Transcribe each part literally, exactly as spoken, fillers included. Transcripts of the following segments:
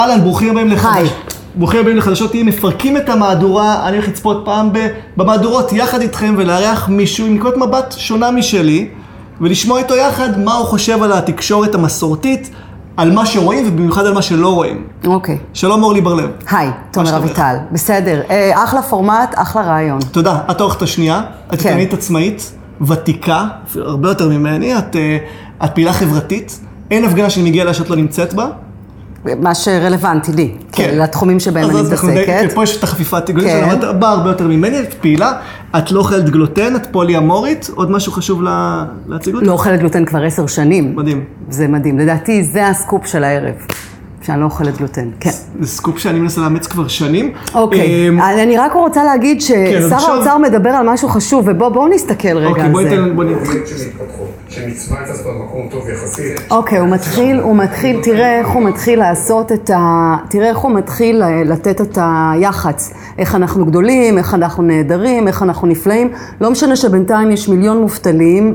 אהלן, ברוכים הבאים לחדשות. ברוכים הבאים לחדשות, אם מפרקים את המהדורה, אני הולך לצפות פעם במהדורות יחד איתכם ולארח מישהו עם נקודת מבט שונה משלי, ולשמוע איתו יחד מה הוא חושב על התקשורת המסורתית, על מה שרואים ובמיוחד על מה שלא רואים. אוקיי. שלום אורלי בר-לב. היי, תומר אביטל. בסדר, אחלה פורמט, אחלה רעיון. תודה. את האורחת השנייה, את עיתונאית עצמאית, ותיקה, הרבה יותר ממני, את, את פעילה חברתית, אין הפגנה שאני מגיע לה שאת לא נמצאת בה. מה שרלוונטי לי, כן. לתחומים שבהם אני מתעסקת. פה יש את החפיפת גלוטן, כן. אבל את באה הרבה יותר ממני, את פעילה, את לא אוכלת גלוטן, את פולי-אמורית, עוד משהו חשוב לה... להציג אותי? לא אוכלת גלוטן כבר עשר שנים. מדהים. זה מדהים, לדעתי זה הסקופ של הערב. שאני לא אוכלת גלוטן, כן. זה סקופ שאני מנסה לאמץ כבר שנים. אוקיי, אני רק רוצה להגיד ששר האוצר מדבר על משהו חשוב, ובואו נסתכל רגע על זה. אוקיי, בואי ניתן... שמצווה את עצמו במקום טוב יחסית. אוקיי, הוא מתחיל, הוא מתחיל, תראה איך הוא מתחיל לעשות את ה... תראה איך הוא מתחיל לתת את היח"צ. איך אנחנו גדולים, איך אנחנו נהדרים, איך אנחנו נפלאים. לא משנה שבינתיים יש מיליון מובטלים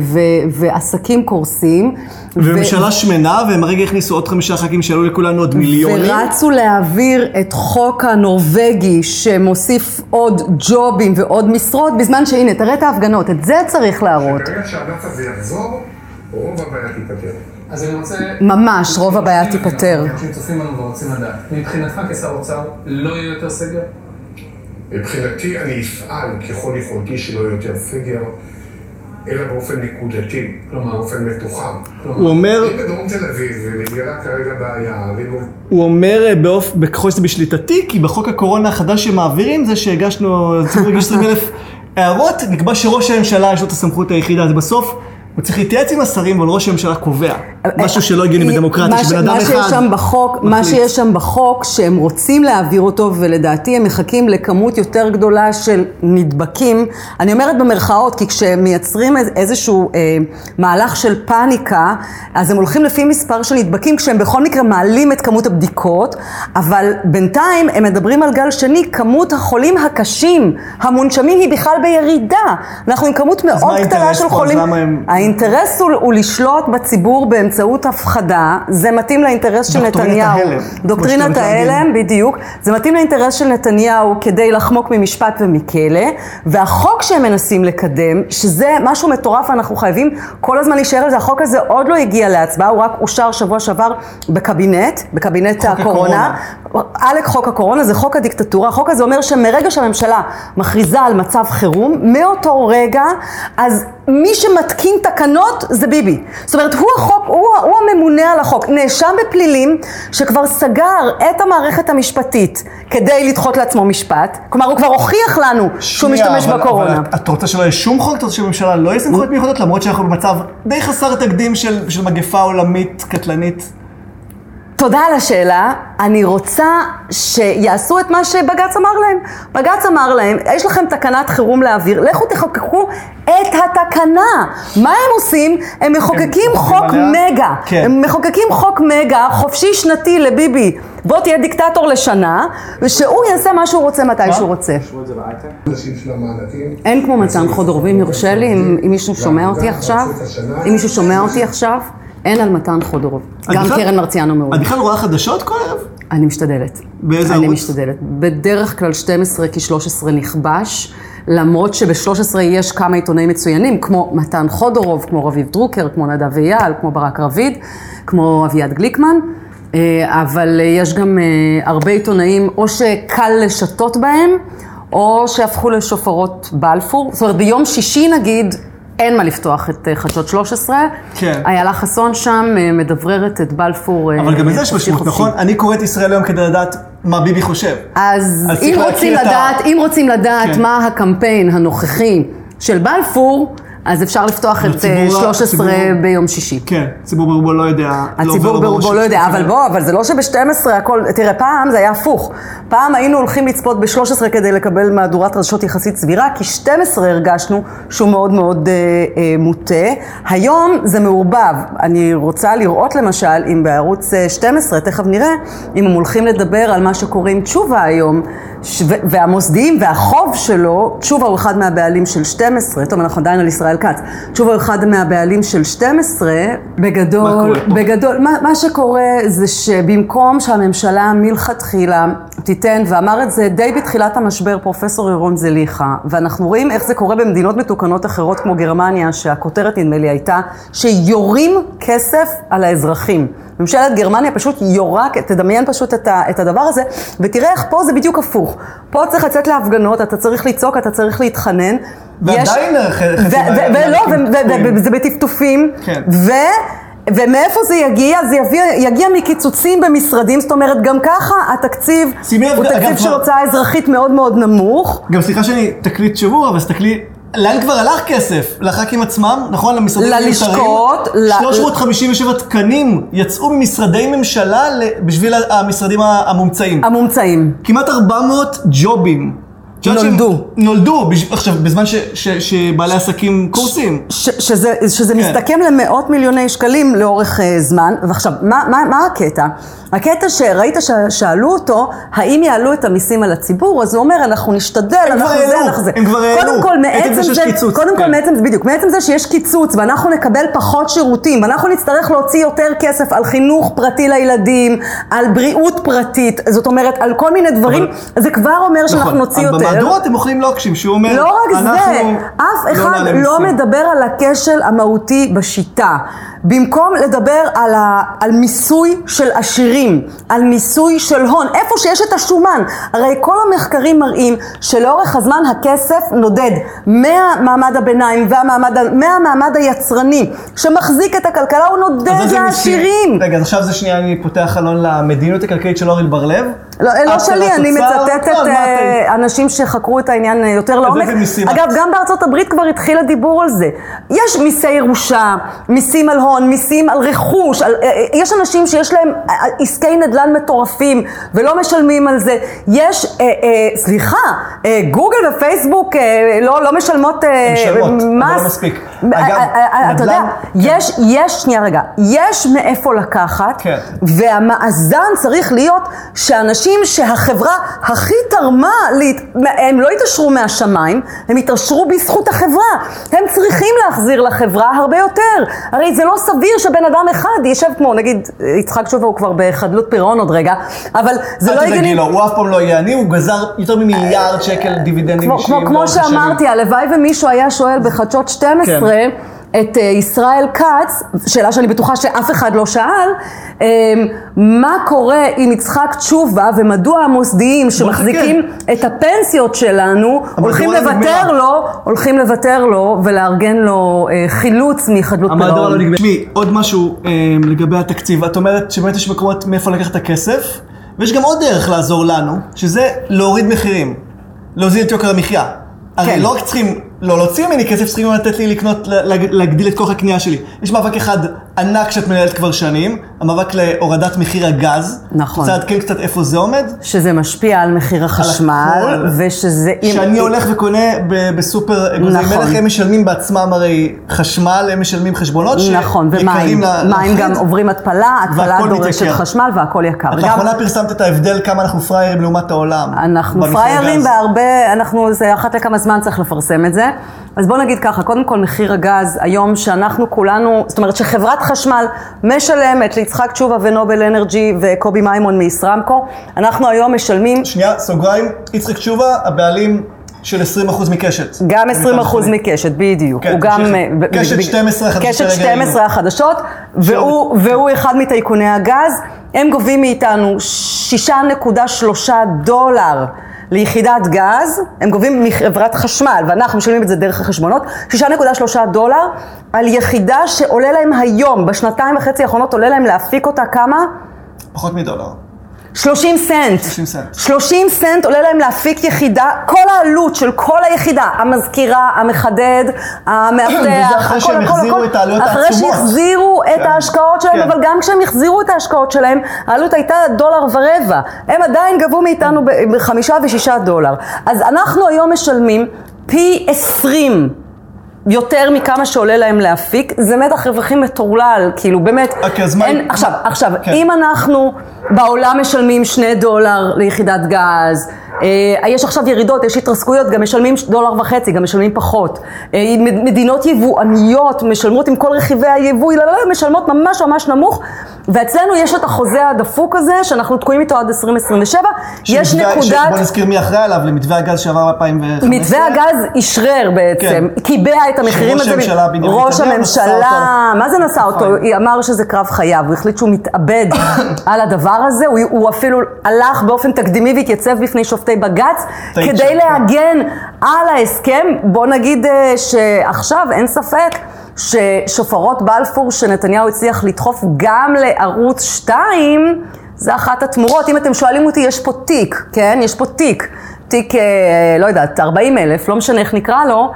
ועסקים קורסים. וממשלה שמנה, והם הרגע הכניסו עוד חמישה ח"כים שעלו לכולנו עוד מיליונים. ורצו להעביר את חוק הנורווגי שמוסיף עוד ג'ובים ועוד משרות, בזמן שהנה, תראה את ההפגנות, את זה צריך להראות. ברגע שהדף הזה יחזור, רוב הבעיה תיפטר. אז אני רוצה... ממש, רוב הבעיה תיפטר. אנשים צופים לנו ורוצים לדעת. מבחינתך כשר אוצר לא יהיה יותר סגר? מבחינתי אני אפעל ככל יכולתי שלא יהיה יותר סגר, אלא באופן נקודתי, באופן מתוחם. הוא אומר... אם בדרום תל אביב ומתגלה כרגע בעיה... הוא אומר בככל שזה בשליטתי, כי בחוק הקורונה החדש שמעבירים, זה שהגשנו, צריך להגיש עשרים אלף הערות, נקבע שראש הממשלה יש לו את הסמכות היחידה, אז בסוף הוא צריך להתייעץ עם השרים, אבל ראש הממשלה קובע. משהו שלא הגיוני בדמוקרטיה, שבן אדם אחד מחליט. מה שיש שם בחוק, שהם רוצים להעביר אותו, ולדעתי הם מחכים לכמות יותר גדולה של נדבקים. אני אומרת במרכאות, כי כשמייצרים איזשהו אה, מהלך של פאניקה, אז הם הולכים לפי מספר של נדבקים, כשהם בכל מקרה מעלים את כמות הבדיקות, אבל בינתיים הם מדברים על גל שני, כמות החולים הקשים, המונשמים היא בכלל בירידה. אנחנו עם כמות מאוד קטנה של חולים. האינטרס הוא, הוא לשלוט בציבור באמצעות הפחדה, זה מתאים לאינטרס של נתניהו. דוקטרינת ההלם, בדיוק. זה מתאים לאינטרס של נתניהו כדי לחמוק ממשפט ומכלא, והחוק שהם מנסים לקדם, שזה משהו מטורף, אנחנו חייבים כל הזמן להישאר על זה, החוק הזה עוד לא הגיע להצבעה, הוא רק אושר שבוע שעבר בקבינט, בקבינט הקורונה. עלק חוק הקורונה, זה חוק הדיקטטורה. החוק הזה אומר שמרגע שהממשלה מכריזה על מצב חירום, מאותו רגע, אז מי שמתקין תקנות זה ביבי. זאת אומרת, הוא החוק, הוא, הוא הממונה על החוק. נאשם בפלילים שכבר סגר את המערכת המשפטית כדי לדחות לעצמו משפט. כלומר, הוא כבר הוכיח לנו שהוא משתמש אבל, בקורונה. אבל את רוצה שלא יהיה שום חוק, את רוצה שהממשלה לא יהיה סמכויות מיוחדות, למרות שאנחנו במצב די חסר תקדים של, של מגפה עולמית קטלנית? תודה על השאלה. אני רוצה שיעשו את מה שבג"ץ אמר להם. בג"ץ אמר להם, יש לכם תקנת חירום להעביר, לכו תחוקקו את התקנה. מה הם עושים? הם מחוקקים חוק מגה. הם מחוקקים חוק מגה, חופשי שנתי לביבי. בוא תהיה דיקטטור לשנה, ושהוא יעשה מה שהוא רוצה מתי שהוא רוצה. אין כמו מתן חודורוב, אם יורשה לי, אם מישהו שומע אותי עכשיו, אם מישהו שומע אותי עכשיו, אין על מתן חודורוב. גם קרן מרציאנו מעורב. את בכלל רואה חדשות כל ערב? אני משתדלת. באיזה ערוץ? אני משתדלת. בדרך כלל שתים עשרה כי שלוש עשרה נכבש, למרות שב-שלוש עשרה יש כמה עיתונאים מצוינים, כמו מתן חודורוב, כמו רביב דרוקר, כמו נדב אייל, כמו ברק רביד, כמו אביעד גליקמן, אבל יש גם הרבה עיתונאים או שקל לשתות בהם, או שהפכו לשופרות בלפור. זאת אומרת, ביום שישי נגיד, אין מה לפתוח את חדשות שלוש עשרה. כן. איילה חסון שם מדבררת את בלפור. אבל גם את זה יש משמעות, נכון? אני קורא את ישראל היום כדי לדעת מה ביבי חושב. אז אם רוצים לדעת, אם רוצים לדעת מה הקמפיין הנוכחי של בלפור, אז אפשר לפתוח את שלוש עשרה ביום שישי. כן, הציבור ברובו לא יודע. הציבור ברובו לא יודע, אבל בוא, אבל זה לא שב-שתים עשרה הכל, תראה, פעם זה היה הפוך. פעם היינו הולכים לצפות ב-שלוש עשרה כדי לקבל מהדורת חדשות יחסית סבירה, כי שתים עשרה הרגשנו שהוא מאוד מאוד אה, אה, מוטה. היום זה מעורבב. אני רוצה לראות למשל, אם בערוץ שתים עשרה, תכף נראה, אם הם הולכים לדבר על מה שקוראים תשובה היום, והמוסדיים והחוב שלו, תשובה הוא אחד מהבעלים של שתים עשרה, טוב, אנחנו עדיין על ישראל כץ, תשובה הוא אחד מהבעלים של שתים עשרה, בגדול, בגדול, מה, מה שקורה זה שבמקום שהממשלה מלכתחילה תיתן, ואמר את זה די בתחילת המשבר פרופסור ירון זליכה, ואנחנו רואים איך זה קורה במדינות מתוקנות אחרות כמו גרמניה, שהכותרת נדמה לי הייתה שיורים כסף על האזרחים. ממשלת גרמניה פשוט יורק, תדמיין פשוט את, ה, את הדבר הזה, ותראה איך פה זה בדיוק הפוך. פה צריך לצאת להפגנות, אתה צריך לצעוק, אתה צריך להתחנן. ועדיין חצי ולא, וזה בטפטופים. כן. ו... ומאיפה זה יגיע? זה יגיע, יגיע מקיצוצים במשרדים, זאת אומרת, גם ככה התקציב הוא תקציב של הוצאה אזרחית מאוד מאוד נמוך. גם סליחה שאני תקליט שבוע, אבל תקליט... לאן כבר הלך כסף? לח"כים עצמם, נכון? למשרדים ללשכות, שלוש מאות חמישים ושבע תקנים יצאו ממשרדי ממשלה בשביל המשרדים המומצאים. המומצאים. כמעט ארבע מאות ג'ובים. נולדו. נולדו, עכשיו, בזמן ש, ש, שבעלי עסקים קורסים. ש, שזה, שזה כן. מסתכם למאות מיליוני שקלים לאורך uh, זמן. ועכשיו, מה, מה, מה הקטע? הקטע שראית ששאלו אותו, האם יעלו את המיסים על הציבור? אז הוא אומר, אנחנו נשתדל, אנחנו זה, אנחנו זה. הם כבר העלו. קודם כל, מעצם זה, קיצוץ. קודם כן. כל, מעצם זה, בדיוק, מעצם זה שיש קיצוץ, ואנחנו נקבל פחות שירותים, ואנחנו נצטרך להוציא יותר כסף על חינוך פרטי לילדים, על בריאות פרטית, זאת אומרת, על כל מיני דברים, אבל... זה כבר אומר שאנחנו נכון. נוציא יותר. במהדורות הם אוכלים לוקשים, שהוא אומר, לא רק זה, אף אחד לא, לא מדבר על הכשל המהותי בשיטה. במקום לדבר על, ה, על מיסוי של עשירים, על מיסוי של הון, איפה שיש את השומן. הרי כל המחקרים מראים שלאורך הזמן הכסף נודד מהמעמד הביניים והמעמד, מהמעמד היצרני שמחזיק את הכלכלה, הוא נודד לעשירים. רגע, אז עכשיו זה שנייה, אני פותח חלון למדיניות הכלכלית של אורי בר-לב. לא, לא שלי, אני מצטטת אנשים שחקרו את העניין יותר לעומק. אגב, גם בארצות הברית כבר התחיל הדיבור על זה. יש מיסי ירושה, מיסים על הון, מיסים על רכוש, על, יש אנשים שיש להם עסקי נדל"ן מטורפים ולא משלמים על זה. יש, אה, אה, סליחה, אה, גוגל ופייסבוק אה, לא, לא משלמות אה, משלמות, מס. אבל לא מספיק. אגב, נדל"ן, אתה יודע, כן. יש, יש, שנייה רגע, יש מאיפה לקחת, כן. והמאזן צריך להיות שאנשים שהחברה הכי תרמה, הם לא יתעשרו מהשמיים, הם יתעשרו בזכות החברה. הם צריכים להחזיר לחברה הרבה יותר. הרי זה לא סביר שבן אדם אחד יישב כמו, נגיד, יצחק תשובה הוא כבר בחדלות פירעון עוד רגע, אבל זה לא הגיוני. הוא אף פעם לא יהיה עני, הוא גזר יותר ממיליארד שקל דיבידנדים אישיים. כמו שאמרתי, הלוואי ומישהו היה שואל בחדשות שתים עשרה, את ישראל כץ, שאלה שאני בטוחה שאף אחד לא שאל, מה קורה עם יצחק תשובה ומדוע המוסדיים שמחזיקים את הפנסיות שלנו הולכים לוותר לו, הולכים לוותר לו ולארגן לו חילוץ מחדלות פירעון. תשמעי, עוד משהו לגבי התקציב. את אומרת שבאמת יש מקומות מאיפה לקחת את הכסף, ויש גם עוד דרך לעזור לנו, שזה להוריד מחירים, להוזיל את יוקר המחיה. הרי לא רק צריכים, לא להוציא ממני כסף, צריכים לתת לי לקנות, להגדיל את כוח הקנייה שלי. יש מאבק אחד ענק שאת מנהלת כבר שנים, המאבק להורדת מחיר הגז. נכון. רוצה לעדכן קצת איפה זה עומד? שזה משפיע על מחיר החשמל, ושזה... שאני הולך וקונה בסופר גוזי מלך, הם משלמים בעצמם הרי חשמל, הם משלמים חשבונות נכון, ומים. מים גם עוברים התפלה, התפלה דורשת חשמל והכל יקר. את לאחרונה פרסמת את ההבדל כמה אנחנו פריירים לעומת העולם. אנחנו פריירים בהרבה, אנחנו, זה אחת לכמה זמן צריך לפרסם את זה. אז בוא נגיד ככה, קודם כל מחיר הגז, היום שאנחנו כולנו, זאת אומרת שחברת חשמל משלמת ליצחק תשובה ונובל אנרג'י וקובי מימון מישראמקו, אנחנו היום משלמים... שנייה, סוגריים, יצחק תשובה, הבעלים של עשרים אחוז מקשת. גם עשרים אחוז מקשת, בדיוק. כן, הוא גם... קשת שתים עשרה החדשות. קשת שתים עשרה החדשות, והוא, והוא אחד מטייקוני הגז, הם גובים מאיתנו שישה נקודה שלושה דולר. ליחידת גז, הם גובים מחברת חשמל, ואנחנו משלמים את זה דרך החשבונות, שישה נקודה שלושה דולר, על יחידה שעולה להם היום, בשנתיים וחצי האחרונות עולה להם להפיק אותה כמה? פחות מדולר. שלושים סנט. שלושים סנט. שלושים סנט עולה להם להפיק יחידה, כל העלות של כל היחידה, המזכירה, המחדד, המאבטח, וזה אחרי שהם החזירו את העלויות העצומות. אחרי שהחזירו את ההשקעות שלהם, אבל גם כשהם החזירו את ההשקעות שלהם, העלות הייתה דולר ורבע. הם עדיין גבו מאיתנו בחמישה ושישה דולר. אז אנחנו היום משלמים פי עשרים. יותר מכמה שעולה להם להפיק, זה מתח רווחים מטורלל, כאילו באמת, okay, אין, מה... עכשיו, עכשיו, כן. אם אנחנו בעולם משלמים שני דולר ליחידת גז, יש עכשיו ירידות, יש התרסקויות, גם משלמים דולר וחצי, גם משלמים פחות. מדינות יבואניות משלמות עם כל רכיבי היבוא, משלמות ממש ממש נמוך, ואצלנו יש את החוזה הדפוק הזה, שאנחנו תקועים איתו עד עשרים עשרים ושבע. יש נקודת... בוא נזכיר מי אחראי עליו, למתווה הגז שעבר ב-אלפיים וחמש עשרה. מתווה הגז ישרר בעצם, קיבע את המחירים הזה. שראש הממשלה בנימין נתניהו ראש הממשלה, מה זה נסע אותו? היא אמר שזה קרב חייו, הוא החליט שהוא מתאבד על הדבר הזה, הוא אפילו הלך באופן תקדימי והתייצב בפני שופטי בג"ץ, כדי להגן על ההסכם. בוא נגיד שעכשיו אין ספק, ששופרות בלפור שנתניהו הצליח לדחוף גם לערוץ שתיים, זה אחת התמורות. אם אתם שואלים אותי, יש פה תיק, כן? יש פה תיק, תיק, לא יודעת, ארבעים אלף, לא משנה איך נקרא לו.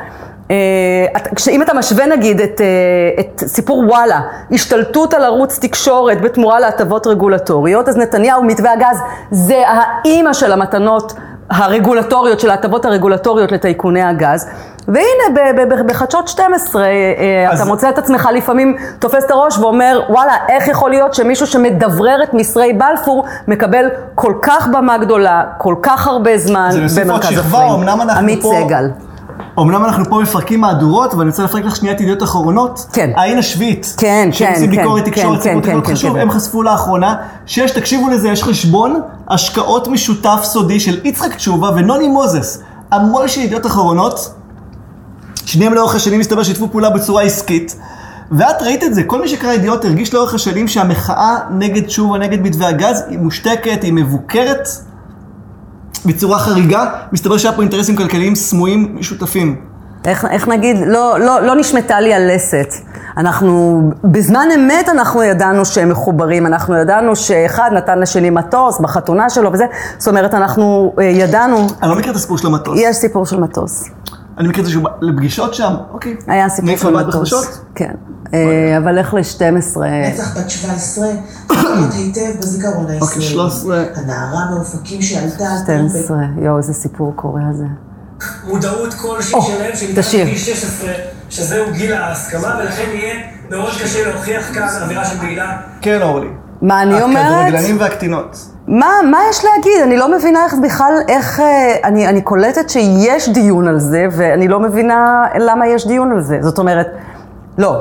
אם אתה משווה נגיד את, את סיפור וואלה, השתלטות על ערוץ תקשורת בתמורה להטבות רגולטוריות, אז נתניהו מתווה הגז זה האימא של המתנות הרגולטוריות, של ההטבות הרגולטוריות לטייקוני הגז. והנה בחדשות שתים עשרה אתה מוצא את עצמך לפעמים תופס את הראש ואומר וואלה, איך יכול להיות שמישהו שמדברר את מסרי בלפור מקבל כל כך במה גדולה, כל כך הרבה זמן במרכז הפריים. עמית סגל. אמנם אנחנו פה מפרקים מהדורות, ואני רוצה לפרק לך שנייה את ידיעות אחרונות. כן. העין השביעית. כן, כן, שעושים ביקורת תקשורת, כן, כן, כן, חשוב, הם חשפו לאחרונה, שיש, תקשיבו לזה, יש חשבון השקעות משותף סודי של יצחק תשובה ונוני מוזס. המון של ידיעות אחרונות, שניהם לאורך השנים מסתבר שיתפו פעולה בצורה עסקית, ואת ראית את זה, כל מי שקרא ידיעות הרגיש לאורך השנים שהמחאה נגד תשובה, נגד מתווה הגז, היא מושתקת, היא מבוקרת, בצורה חריגה. מסתבר שהיה פה אינטרסים כלכליים סמויים משותפים. איך, איך נגיד, לא, לא, לא נשמתה לי הלסת. אנחנו, בזמן אמת אנחנו ידענו שהם מחוברים, אנחנו ידענו שאחד נתן לשני מטוס בחתונה שלו וזה, זאת אומרת אנחנו ידענו... אני לא מכיר את הסיפור של המטוס. יש סיפור של מטוס. אני מכיר את זה שהוא לפגישות שם, אוקיי. היה סיפור של מטוס. כן, אבל איך ל-שתים עשרה... נצח בת שבע עשרה, חייבת היטב בזיכרון הישראלי. אוקיי, שלוש עשרה. הנערה באופקים שעלתה... שתים עשרה, יואו, איזה סיפור קורה הזה. מודעות כלשהי שלהם, שמתחת גיל שש עשרה, שזהו גיל ההסכמה, ולכן יהיה מאוד קשה להוכיח כאן אווירה של בעילה. כן, אורלי. מה אני אומרת? הכדורגלנים והקטינות. מה, מה יש להגיד? אני לא מבינה איך בכלל, איך, אני, אני קולטת שיש דיון על זה, ואני לא מבינה למה יש דיון על זה. זאת אומרת, לא.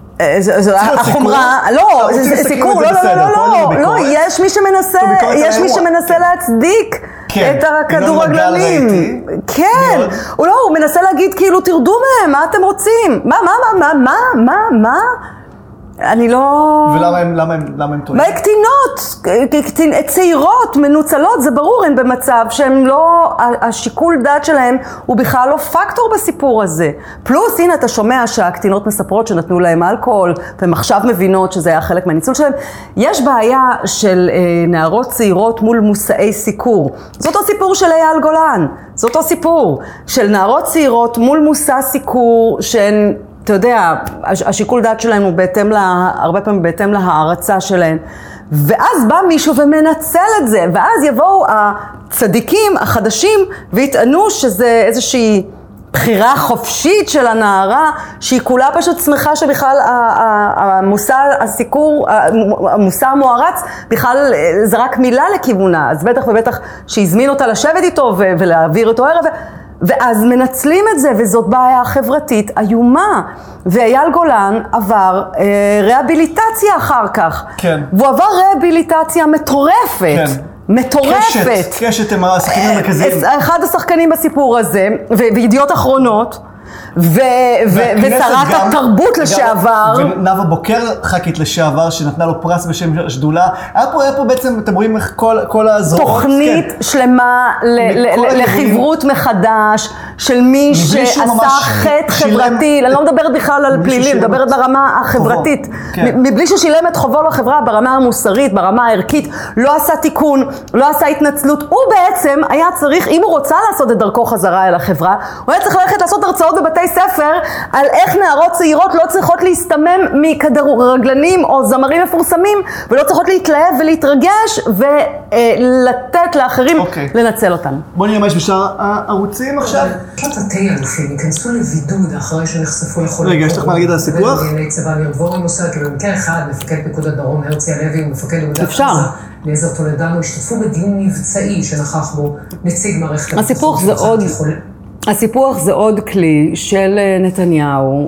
החומרה, לא, זה סיכור, לא, לא, לא, לא, לא, יש מי שמנסה, יש מי שמנסה להצדיק את הכדורגלנים. כן, הוא לא, הוא מנסה להגיד כאילו, תרדו מהם, מה אתם רוצים? מה, מה, מה, מה, מה, מה? אני לא... ולמה הם, למה הם, למה הם טועים? קטינות, צעירות, מנוצלות, זה ברור, הן במצב שהן לא, השיקול דעת שלהם הוא בכלל לא פקטור בסיפור הזה. פלוס, הנה, אתה שומע שהקטינות מספרות שנתנו להם אלכוהול, והן עכשיו מבינות שזה היה חלק מהניצול שלהם. יש בעיה של אה, נערות צעירות מול מושאי סיקור. זה אותו סיפור של אייל גולן, זה אותו סיפור של נערות צעירות מול מושא סיקור שהן... אתה יודע, השיקול דעת שלהם הוא בהתאם לה, הרבה פעמים בהתאם להערצה שלהם. ואז בא מישהו ומנצל את זה, ואז יבואו הצדיקים החדשים ויטענו שזה איזושהי בחירה חופשית של הנערה, שהיא כולה פשוט שמחה שבכלל המושא הסיקור, המושא המוערץ, בכלל זה רק מילה לכיוונה. אז בטח ובטח שהזמין אותה לשבת איתו ולהעביר אותו ערב, ואז מנצלים את זה, וזאת בעיה חברתית איומה. ואייל גולן עבר אה, רהביליטציה אחר כך. כן. והוא עבר רהביליטציה מטורפת. כן. מטורפת. קשת, קשת הם השחקנים המרכזיים. אחד השחקנים בסיפור הזה, וידיעות אחרונות, ו- ו- ושרת התרבות לשעבר. ונאווה בוקר, ח"כית לשעבר, שנתנה לו פרס בשם השדולה. היה פה, היה פה בעצם, אתם רואים איך כל, כל הזרועות. תוכנית כן. שלמה ל- ל- לחברות מחדש, של מי שעשה חטא חברתי. אני לא מדברת בכלל על פלילים, מדברת ברמה החברתית. כן. מבלי ששילם את חובו לחברה, ברמה המוסרית, ברמה הערכית, לא עשה תיקון, לא עשה התנצלות. הוא בעצם היה צריך, אם הוא רוצה לעשות את דרכו חזרה אל החברה, הוא היה צריך ללכת לעשות הרצאות בבתי ספר על איך נערות צעירות לא צריכות להסתמם מכדורגלנים או זמרים מפורסמים, ולא צריכות להתלהב ולהתרגש ולתת לאחרים okay. לנצל אותנו. בוא נראה מה יש בשאר הערוצים עכשיו. פשוט התאי אלופים ייכנסו לבידוד אחרי שנחשפו לחולים. רגע, יש לך מה להגיד על הסיפוח? צבא ניר וורי מוסר, כי במקרה אחד מפקד פיקוד הדרום הרצי הלוי ומפקד אוגדת אפשר. אליעזר טולדנו, השתתפו בדיון מבצעי שנכח בו נציג מערכת הסיפוח זה עוד, הסיפוח זה עוד כלי של נתניהו,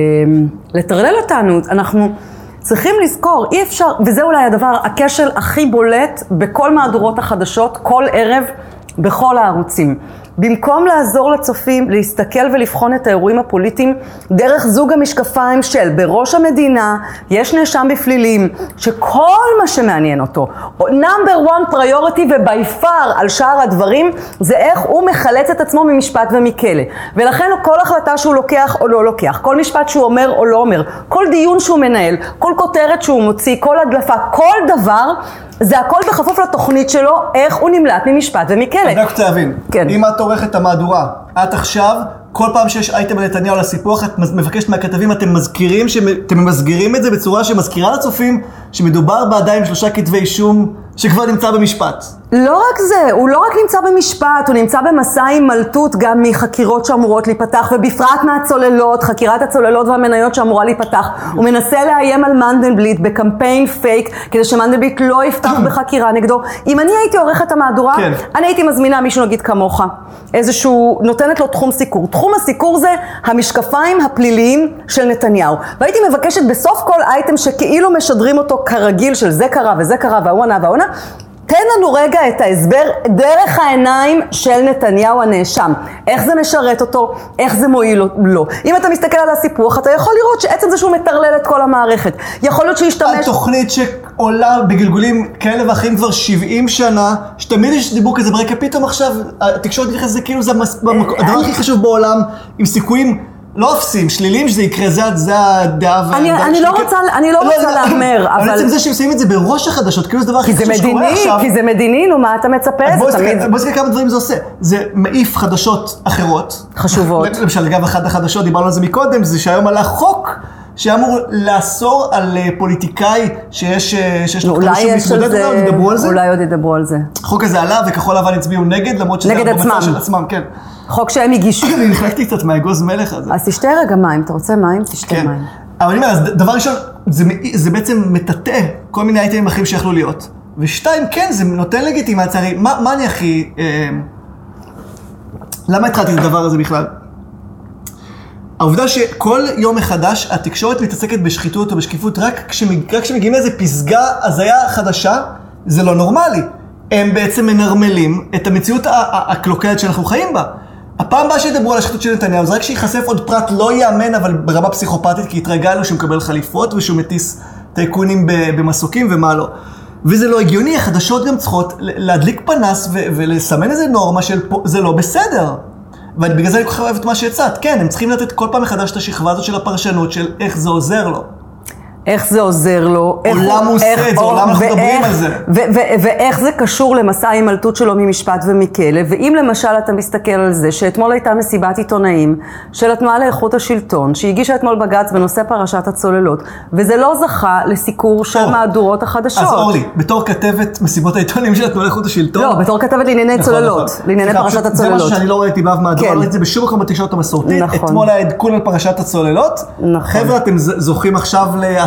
לטרלל אותנו. אנחנו צריכים לזכור, אי אפשר, וזה אולי הדבר, הכשל הכי בולט בכל מהדורות החדשות, כל ערב, בכל הערוצים. במקום לעזור לצופים להסתכל ולבחון את האירועים הפוליטיים דרך זוג המשקפיים של בראש המדינה יש נאשם בפלילים שכל מה שמעניין אותו, number one priority וby far על שאר הדברים, זה איך הוא מחלץ את עצמו ממשפט ומכלא. ולכן כל החלטה שהוא לוקח או לא לוקח, כל משפט שהוא אומר או לא אומר, כל דיון שהוא מנהל, כל כותרת שהוא מוציא, כל הדלפה, כל דבר, זה הכל בכפוף לתוכנית שלו, איך הוא נמלט ממשפט ומכלא. אני רק רוצה להבין, כן. אם את עורכת את המהדורה, את עכשיו, כל פעם שיש אייטם על נתניהו על הסיפוח, את מבקשת מהכתבים, אתם מזכירים, אתם ממסגרים את זה בצורה שמזכירה לצופים, שמדובר בעדיין שלושה כתבי אישום, שכבר נמצא במשפט. לא רק זה, הוא לא רק נמצא במשפט, הוא נמצא במסע הימלטות גם מחקירות שאמורות להיפתח, ובפרט מהצוללות, חקירת הצוללות והמניות שאמורה להיפתח. הוא מנסה לאיים על מנדלבליט בקמפיין פייק, כדי שמנדלבליט לא יפתח בחקירה נגדו. אם אני הייתי עורכת המהדורה, כן. אני הייתי מזמינה מישהו נגיד כמוך, איזשהו, נותנת לו תחום סיקור. תחום הסיקור זה המשקפיים הפליליים של נתניהו. והייתי מבקשת בסוף כל אייטם שכאילו משדרים אותו כרגיל של זה קרה וזה קרה והעונה והעונה, תן לנו רגע את ההסבר דרך העיניים של נתניהו הנאשם. איך זה משרת אותו, איך זה מועיל לו. אם אתה מסתכל על הסיפוח, אתה יכול לראות שעצם זה שהוא מטרלל את כל המערכת. יכול להיות שישתמש... התוכנית שעולה בגלגולים כאלה ואחרים כבר שבעים שנה, שתמיד יש דיבור כזה ברקע, פתאום עכשיו, התקשורת מתייחס לזה כאילו זה הדבר הכי חשוב בעולם, עם סיכויים לא אפסים, שלילים שזה יקרה, זה הדעה. אני לא רוצה, אני לא רוצה להאמר, אבל... אבל בעצם זה שהם שמים את זה בראש החדשות, כאילו זה דבר הכי חשוב שקורה עכשיו. כי זה מדיני, נו, מה אתה מצפה? בוא נזכר כמה דברים זה עושה. זה מעיף חדשות אחרות. חשובות. למשל, אגב, אחת החדשות, דיברנו על זה מקודם, זה שהיום עלה חוק שאמור לאסור על פוליטיקאי שיש לו כמה שהוא מתמודד, אולי עוד ידברו על זה? אולי עוד ידברו על זה. החוק הזה עלה וכחול לבן הצביעו נגד, למרות שזה במצע של עצמם, כן. חוק שהם הגישו. אני נחלקתי קצת מהאגוז מלך הזה. אז תשתה רגע מים, אתה רוצה מים? תשתה מים. אבל אני אומר, אז דבר ראשון, זה בעצם מטאטא כל מיני אייטמים אחרים שיכלו להיות. ושתיים, כן, זה נותן לגיטימציה. הרי מה אני הכי... למה התחלתי את הדבר הזה בכלל? העובדה שכל יום מחדש התקשורת מתעסקת בשחיתות או בשקיפות רק כשמגיעים לאיזה פסגה הזיה חדשה, זה לא נורמלי. הם בעצם מנרמלים את המציאות הקלוקלת שאנחנו חיים בה. הפעם הבאה שידברו על השחיתות של נתניהו, זה רק שיחשף עוד פרט לא יאמן, אבל ברמה פסיכופתית, כי התרגלנו שהוא מקבל חליפות ושהוא מטיס טייקונים במסוקים ומה לא. וזה לא הגיוני, החדשות גם צריכות להדליק פנס ולסמן איזה נורמה של זה לא בסדר. ובגלל זה אני כל כך אוהב את מה שיצאת. כן, הם צריכים לתת כל פעם מחדש את השכבה הזאת של הפרשנות של איך זה עוזר לו. איך זה עוזר לו, עולם הוא עושה את זה, עולם אנחנו מדברים על זה. ואיך זה קשור למסע ההימלטות שלו ממשפט ומכלא, ואם למשל אתה מסתכל על זה, שאתמול הייתה מסיבת עיתונאים של התנועה לאיכות השלטון, שהגישה אתמול בג"ץ בנושא פרשת הצוללות, וזה לא זכה לסיקור של מהדורות החדשות. אז אורלי, בתור כתבת מסיבות העיתונאים של התנועה לאיכות השלטון... לא, בתור כתבת לענייני צוללות, לענייני פרשת הצוללות. זה משהו שאני לא ראיתי באף מהדורה, ראיתי את זה בשום מקום בתקשורת המסורתית. אתמול היה עדכון על פרשת הצוללות. חבר'ה, אתם זוכים עכשיו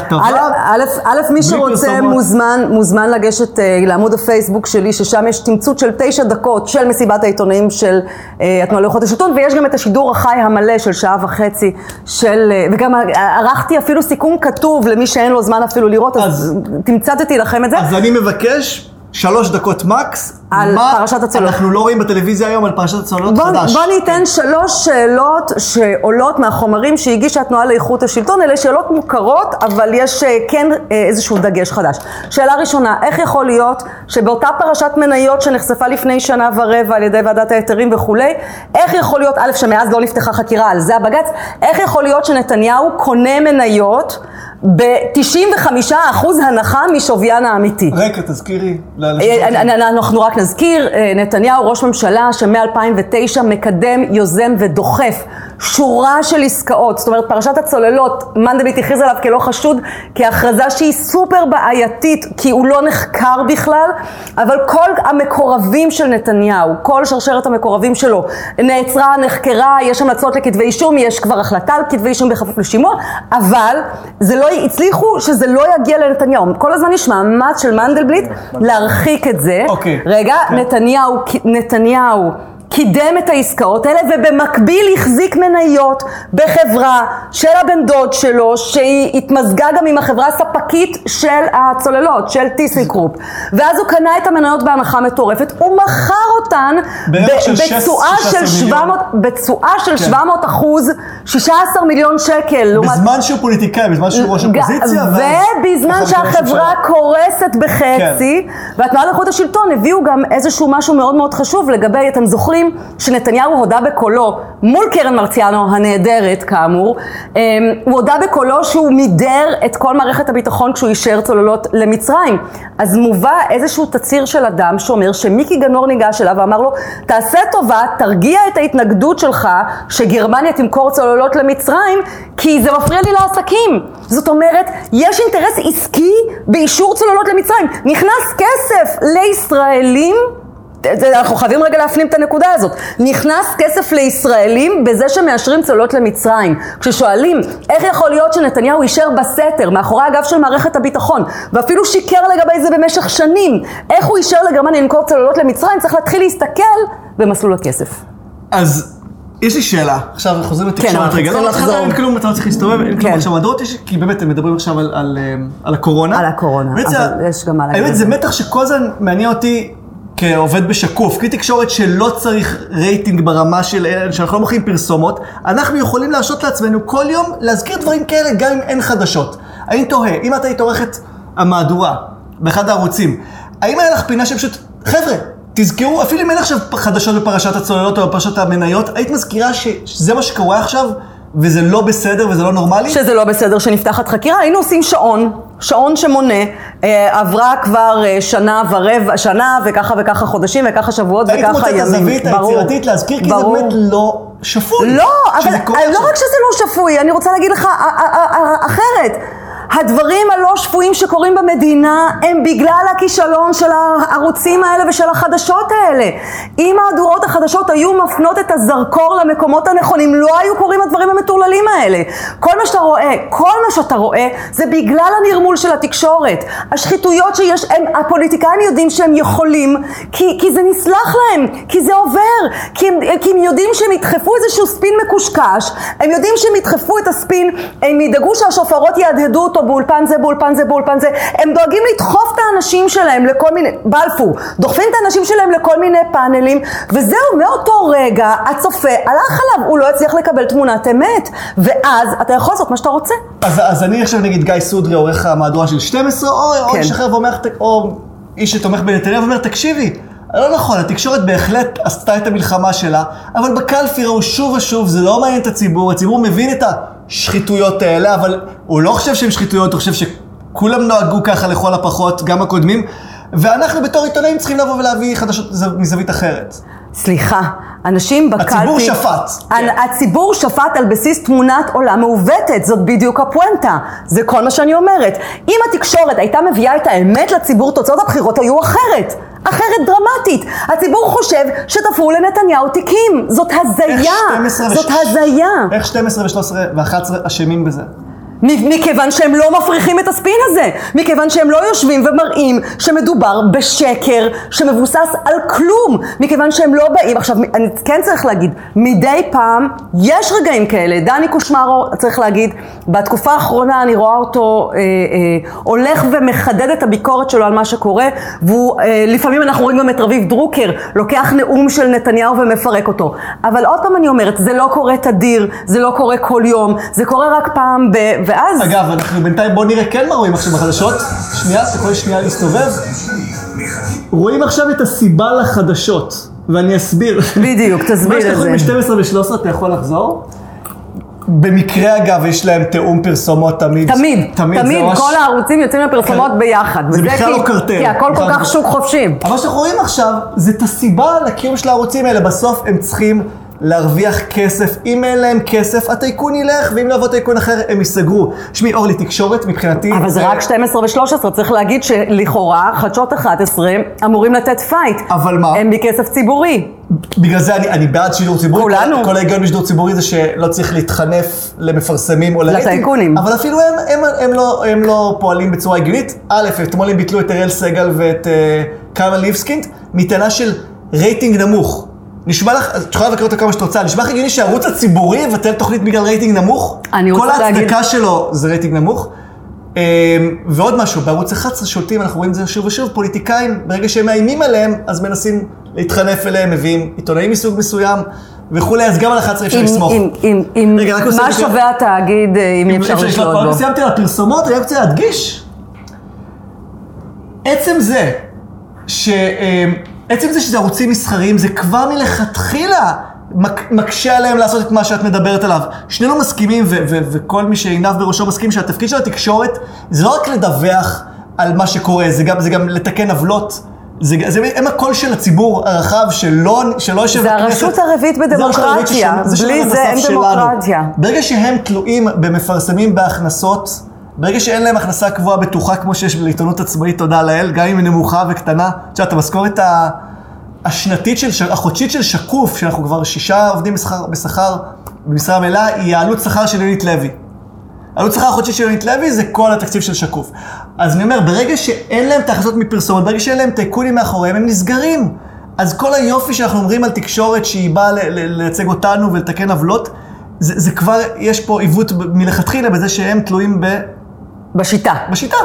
א', מי שרוצה מוזמן, מוזמן לגשת לעמוד הפייסבוק שלי, ששם יש תמצות של תשע דקות של מסיבת העיתונאים של התנועה לאיכות השלטון, ויש גם את השידור החי המלא של שעה וחצי של, וגם ערכתי אפילו סיכום כתוב למי שאין לו זמן אפילו לראות, אז תמצתתי לכם את זה. אז אני מבקש שלוש דקות מקס, על פרשת הצוללות. אנחנו לא רואים בטלוויזיה היום על פרשת הצוללות חדש. בוא ניתן שלוש שאלות שעולות מהחומרים שהגישה התנועה לאיכות השלטון. אלה שאלות מוכרות, אבל יש כן איזשהו דגש חדש. שאלה ראשונה, איך יכול להיות שבאותה פרשת מניות שנחשפה לפני שנה ורבע על ידי ועדת ההיתרים וכולי, איך יכול להיות, א', שמאז לא נפתחה חקירה על זה הבג"ץ, איך יכול להיות שנתניהו קונה מניות ב-תשעים וחמישה אחוז הנחה משוויין האמיתי? רגע, תזכירי. אנחנו רק נזכיר, נתניהו ראש ממשלה שמ-אלפיים ותשע מקדם, יוזם ודוחף שורה של עסקאות. זאת אומרת, פרשת הצוללות, מנדלבליט הכריז עליו כלא חשוד, כהכרזה שהיא סופר בעייתית, כי הוא לא נחקר בכלל, אבל כל המקורבים של נתניהו, כל שרשרת המקורבים שלו, נעצרה, נחקרה, יש המלצות לכתבי אישום, יש כבר החלטה על כתבי אישום בכפוף לשימוע, אבל זה לא הצליחו שזה לא יגיע לנתניהו. כל הזמן יש מאמץ של מנדלבליט להרחיק את זה. אוקיי. רגע, כן. נתניהו, נתניהו קידם את העסקאות האלה, ובמקביל החזיק מניות בחברה של הבן דוד שלו, שהיא התמזגה גם עם החברה הספקית של הצוללות, של טיסנקרופ. ואז הוא קנה את המניות בהנחה מטורפת, הוא מכר אותן בתשואה של שבע מאות, בתשואה של שבע מאות אחוז, שישה עשר מיליון שקל. בזמן שהוא פוליטיקאי, בזמן שהוא ראש אופוזיציה. ובזמן שהחברה קורסת בחצי, והתנועה לאיכות השלטון הביאו גם איזשהו משהו מאוד מאוד חשוב לגבי, אתם זוכרים, שנתניהו הודה בקולו מול קרן מרציאנו הנהדרת כאמור, הוא הודה בקולו שהוא מידר את כל מערכת הביטחון כשהוא אישר צוללות למצרים. אז מובא איזשהו תציר של אדם שאומר שמיקי גנור ניגש אליו ואמר לו, תעשה טובה, תרגיע את ההתנגדות שלך שגרמניה תמכור צוללות למצרים, כי זה מפריע לי לעסקים. זאת אומרת, יש אינטרס עסקי באישור צוללות למצרים. נכנס כסף לישראלים, אנחנו חייבים רגע להפנים את הנקודה הזאת. נכנס כסף לישראלים בזה שמאשרים צוללות למצרים. כששואלים איך יכול להיות שנתניהו יישר בסתר מאחורי הגב של מערכת הביטחון, ואפילו שיקר לגבי זה במשך שנים, איך הוא יישר לגרמניה למכור צוללות למצרים, צריך להתחיל להסתכל במסלול הכסף. אז יש לי שאלה, עכשיו חוזרים לתקשורת רגע, לא לחזור, אין כלום, אתה לא צריך להסתובב, אין כלום עכשיו מהדורות, כי באמת הם מדברים עכשיו על הקורונה. על הקורונה, אבל יש גם על הגב. האמת, זה מתח שכל זה מעניין אותי כעובד בשקוף, כלי תקשורת שלא צריך רייטינג ברמה של, שאנחנו לא מוכרים פרסומות, אנחנו יכולים להרשות לעצמנו כל יום להזכיר דברים כאלה גם אם אין חדשות. האם תוהה, אם אתה היית עורכת המהדורה באחד הערוצים, האם היה לך פינה שפשוט, חבר'ה, תזכרו, אפילו אם אין עכשיו חדשות בפרשת הצוללות או בפרשת המניות, היית מזכירה שזה מה שקורה עכשיו וזה לא בסדר וזה לא נורמלי? שזה לא בסדר שנפתחת חקירה, היינו עושים שעון. שעון שמונה, אה, עברה כבר אה, שנה ורבע, שנה וככה וככה חודשים וככה שבועות וככה ימים. היית מוצאת הזווית היצירתית להזכיר, כי זה באמת לא שפוי. לא, אבל לא רק שזה לא שפוי, אני רוצה להגיד לך אחרת. הדברים הלא שפויים שקורים במדינה הם בגלל הכישלון של הערוצים האלה ושל החדשות האלה. אם מהדורות החדשות היו מפנות את הזרקור למקומות הנכונים, לא היו קוראים הדברים המטורללים האלה. כל מה שאתה רואה, כל מה שאתה רואה, זה בגלל הנרמול של התקשורת. השחיתויות שיש, הם, הפוליטיקאים יודעים שהם יכולים, כי, כי זה נסלח להם, כי זה עובר, כי הם, כי הם יודעים שהם ידחפו איזשהו ספין מקושקש, הם יודעים שהם ידחפו את הספין, הם ידאגו שהשופרות יהדהדו אותו באולפן זה, באולפן זה, באולפן זה. הם דואגים לדחוף את האנשים שלהם לכל מיני, בלפור, דוחפים את האנשים שלהם לכל מיני פאנלים, וזהו, מאותו רגע, הצופה הלך עליו, הוא לא הצליח לקבל תמונת אמת, ואז אתה יכול לעשות מה שאתה רוצה. אז, אז אני עכשיו נגיד גיא סודרי, עורך המהדורה של שתים עשרה, או, כן. או איש אחר ואומר, או איש שתומך בנתניהו ואומר, תקשיבי, לא נכון, התקשורת בהחלט עשתה את המלחמה שלה, אבל בקלפי ראו שוב ושוב, זה לא מעניין את הציבור, הציבור מבין את השחיתויות האלה, אבל הוא לא חושב שהן שחיתויות, הוא חושב שכולם נוהגו ככה לכל הפחות, גם הקודמים, ואנחנו בתור עיתונאים צריכים לבוא ולהביא חדשות מזווית אחרת. סליחה, אנשים בקלפי... הציבור שפט. כן. הציבור שפט על בסיס תמונת עולם מעוותת, זאת בדיוק הפואנטה. זה כל מה שאני אומרת. אם התקשורת הייתה מביאה את האמת לציבור, תוצאות הבחירות היו אחרת. אחרת דרמטית. הציבור חושב שתפרו לנתניהו תיקים. זאת הזיה. זאת הזיה. איך שתים עשרה ו-שלוש עשרה ו-אחת עשרה אשמים בזה? מכיוון שהם לא מפריחים את הספין הזה, מכיוון שהם לא יושבים ומראים שמדובר בשקר שמבוסס על כלום, מכיוון שהם לא באים. עכשיו, אני כן צריך להגיד, מדי פעם יש רגעים כאלה. דני קושמרו, צריך להגיד, בתקופה האחרונה אני רואה אותו אה, אה, הולך ומחדד את הביקורת שלו על מה שקורה, והוא, אה, לפעמים אנחנו רואים גם את רביב דרוקר, לוקח נאום של נתניהו ומפרק אותו. אבל עוד פעם אני אומרת, זה לא קורה תדיר, זה לא קורה כל יום, זה קורה רק פעם ב... ואז... אגב, אנחנו בינתיים בואו נראה כן מה רואים עכשיו בחדשות. שנייה, אתה יכול שנייה להסתובב. רואים עכשיו את הסיבה לחדשות, ואני אסביר. בדיוק, תסביר את זה. מה שאתה יכול ב-שתים עשרה ו-שלוש עשרה, אתה יכול לחזור? במקרה אגב, יש להם תאום פרסומות תמיד. תמיד, תמיד. כל הערוצים יוצאים לפרסומות ביחד. זה בכלל לא קרטל. כי הכל כל כך שוק חופשי. אבל שאנחנו רואים עכשיו, זה את הסיבה לקיום של הערוצים האלה. בסוף הם צריכים להרוויח כסף. אם אין להם כסף, הטייקון ילך, ואם לא יבוא טייקון אחר, הם ייסגרו. שמי, אורלי, תקשורת מבחינתי... אבל זה רק שתים עשרה ו-שלוש עשרה, צריך להגיד שלכאורה, חדשות אחת עשרה אמורים לתת פייט. אבל מה? הם מכסף ציבורי. בגלל זה אני, אני בעד שידור ציבורי. כולנו. כל, כל ההיגיון בשידור ציבורי זה שלא צריך להתחנף למפרסמים או לרייטינג. לטייקונים. אבל אפילו הם, הם, הם, לא, הם לא פועלים בצורה הגיונית. א', אתמול הם ביטלו את אריאל סגל ואת uh, קרמל ליבסקינד, מטענה של רייטינג נמוך. נשמע לך, את יכולה לבקר אותה כמה שאת רוצה, נשמע לך הגיוני שהערוץ הציבורי יבטל תוכנית בגלל רייטינג נמוך? אני רוצה להגיד... להגיד... כל ההצדקה שלו זה רייטינג נמוך. Um, ועוד משהו, בערוץ אחת עשרה שולטים, אנחנו רואים את זה שוב ושוב, פוליטיקאים, ברגע שהם מאיימים עליהם, אז מנסים להתחנף אליהם, מביאים עיתונאים מסוג מסוים, וכולי, אז גם על אחת עשרה אפשר לסמוך. מה שווה התאגיד אם אי אפשר לשלוט בו? סיימתי על הפרסומות, אני רוצה להדגיש. עצם זה, ש... עצם זה שזה ערוצים מסחריים, זה כבר מלכתחילה מקשה עליהם לעשות את מה שאת מדברת עליו. שנינו מסכימים, ו- ו- וכל מי שעיניו בראשו מסכים, שהתפקיד של התקשורת זה לא רק לדווח על מה שקורה, זה גם, זה גם לתקן עוולות. זה, זה, הם הקול של הציבור הרחב שלא, שלא יושב... זה הרשות הרביעית בדמוקרטיה, בלי זה אין דמוקרטיה. ברגע שהם תלויים במפרסמים בהכנסות, ברגע שאין להם הכנסה קבועה בטוחה כמו שיש בעיתונות עצמאית, תודה לאל, גם אם היא נמוכה וקטנה, תשעת, המשכורת השנתית, של, החודשית של שקוף, שאנחנו כבר שישה עובדים בשכר, בשכר במשרה מלאה, היא העלות שכר של יונית לוי. העלות שכר החודשית של יונית לוי זה כל התקציב של שקוף. אז אני אומר, ברגע שאין להם תחזות מפרסומות, ברגע שאין להם טייקונים מאחוריהם, הם נסגרים. אז כל היופי שאנחנו אומרים על תקשורת שהיא באה לייצג אותנו ולתקן עוולות, זה, זה כבר, יש פה עיוות מלכתחילה בזה שהם תלויים ב... בשיטה. בשיטה.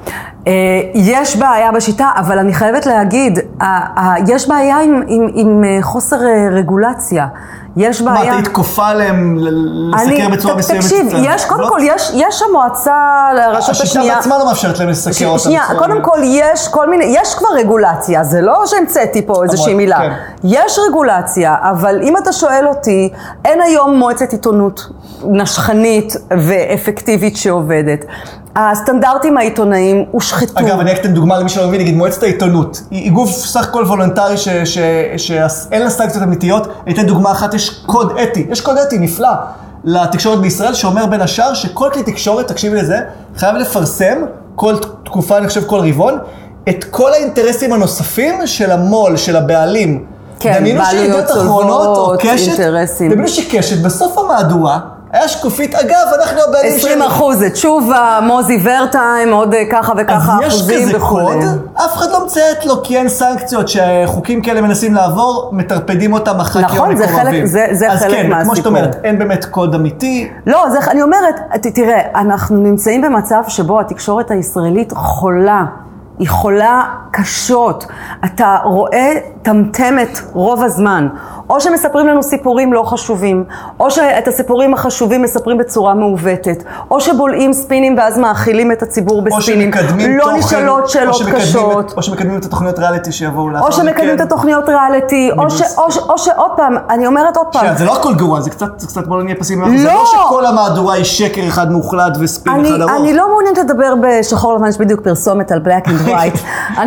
יש בעיה בשיטה, אבל אני חייבת להגיד, יש בעיה עם, עם, עם חוסר רגולציה. יש בעיה... מה, אתה התקופה עליהם לסקר בצורה מסוימת? תקשיב, יש, קודם כל, יש, יש המועצה לרשות השנייה... השיטה בעצמה לא מאפשרת להם לסקר אותם. שנייה, קודם כל, יש כל מיני, יש כבר רגולציה, זה לא שהמצאתי פה איזושהי מילה. יש רגולציה, אבל אם אתה שואל אותי, אין היום מועצת עיתונות נשכנית ואפקטיבית שעובדת. הסטנדרטים העיתונאיים הושחתו. אגב, אני אתן דוגמה למי שלא מבין, נגיד מועצת העיתונות. היא גוף סך הכל וולונטרי שאין לה סנקציות אמיתיות. אני אתן דוגמה אחת, יש קוד אתי, יש קוד אתי נפלא לתקשורת בישראל, שאומר בין השאר שכל כלי תקשורת, תקשיבי לזה, חייב לפרסם כל תקופה, אני חושב כל רבעון, את כל האינטרסים הנוספים של המול, של הבעלים. כן, בעלויות צולבות, אינטרסים. ובלי שקשת, בסוף המהדורה, היה שקופית, אגב, אנחנו הבעלים שלנו. עשרים אחוז, זה תשובה, מוזי ורטיים, עוד ככה וככה אחוזים וכו'. אז יש כזה קוד, אף אחד לא מצאת לו, כי אין סנקציות שחוקים כאלה מנסים לעבור, מטרפדים אותם אחרי נכון, יום מקורבים. נכון, זה, זה אז חלק כן, מהסיפור. כמו שאת אומרת, אין באמת קוד אמיתי. לא, זה, אני אומרת, תראה, אנחנו נמצאים במצב שבו התקשורת הישראלית חולה. היא חולה קשות. אתה רואה תמתמת רוב הזמן. או שמספרים לנו סיפורים לא חשובים, או שאת הסיפורים החשובים מספרים בצורה מעוותת, או שבולעים ספינים ואז מאכילים את הציבור בספינים. לא נשאלות שאלות קשות. או שמקדמים את התוכניות ריאליטי שיבואו לאחר. או שמקדמים את התוכניות ריאליטי, או שעוד פעם, אני אומרת עוד פעם. זה לא הכל גרוע, זה קצת בוא נהיה פסימיים. זה לא שכל המהדורה היא שקר אחד מוחלט וספין אחד ארוך. אני לא מעוניינת לדבר בשחור לבן, יש בדיוק פרסומת על black and white.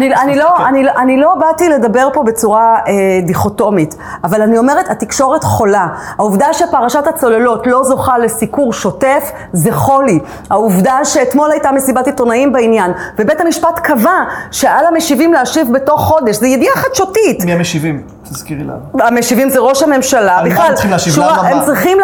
אני לא באתי לדבר פה בצורה דיכוטומית, אבל אני אומרת, התקשורת חולה. העובדה שפרשת הצוללות לא זוכה לסיקור שוטף, זה חולי. העובדה שאתמול הייתה מסיבת עיתונאים בעניין, ובית המשפט קבע שעל המשיבים להשיב בתוך חודש. זה ידיעה חדשותית. מי המשיבים? תזכירי לנו. המשיבים זה ראש הממשלה. בכלל, הם צריכים להשיב? למה? הם צריכים,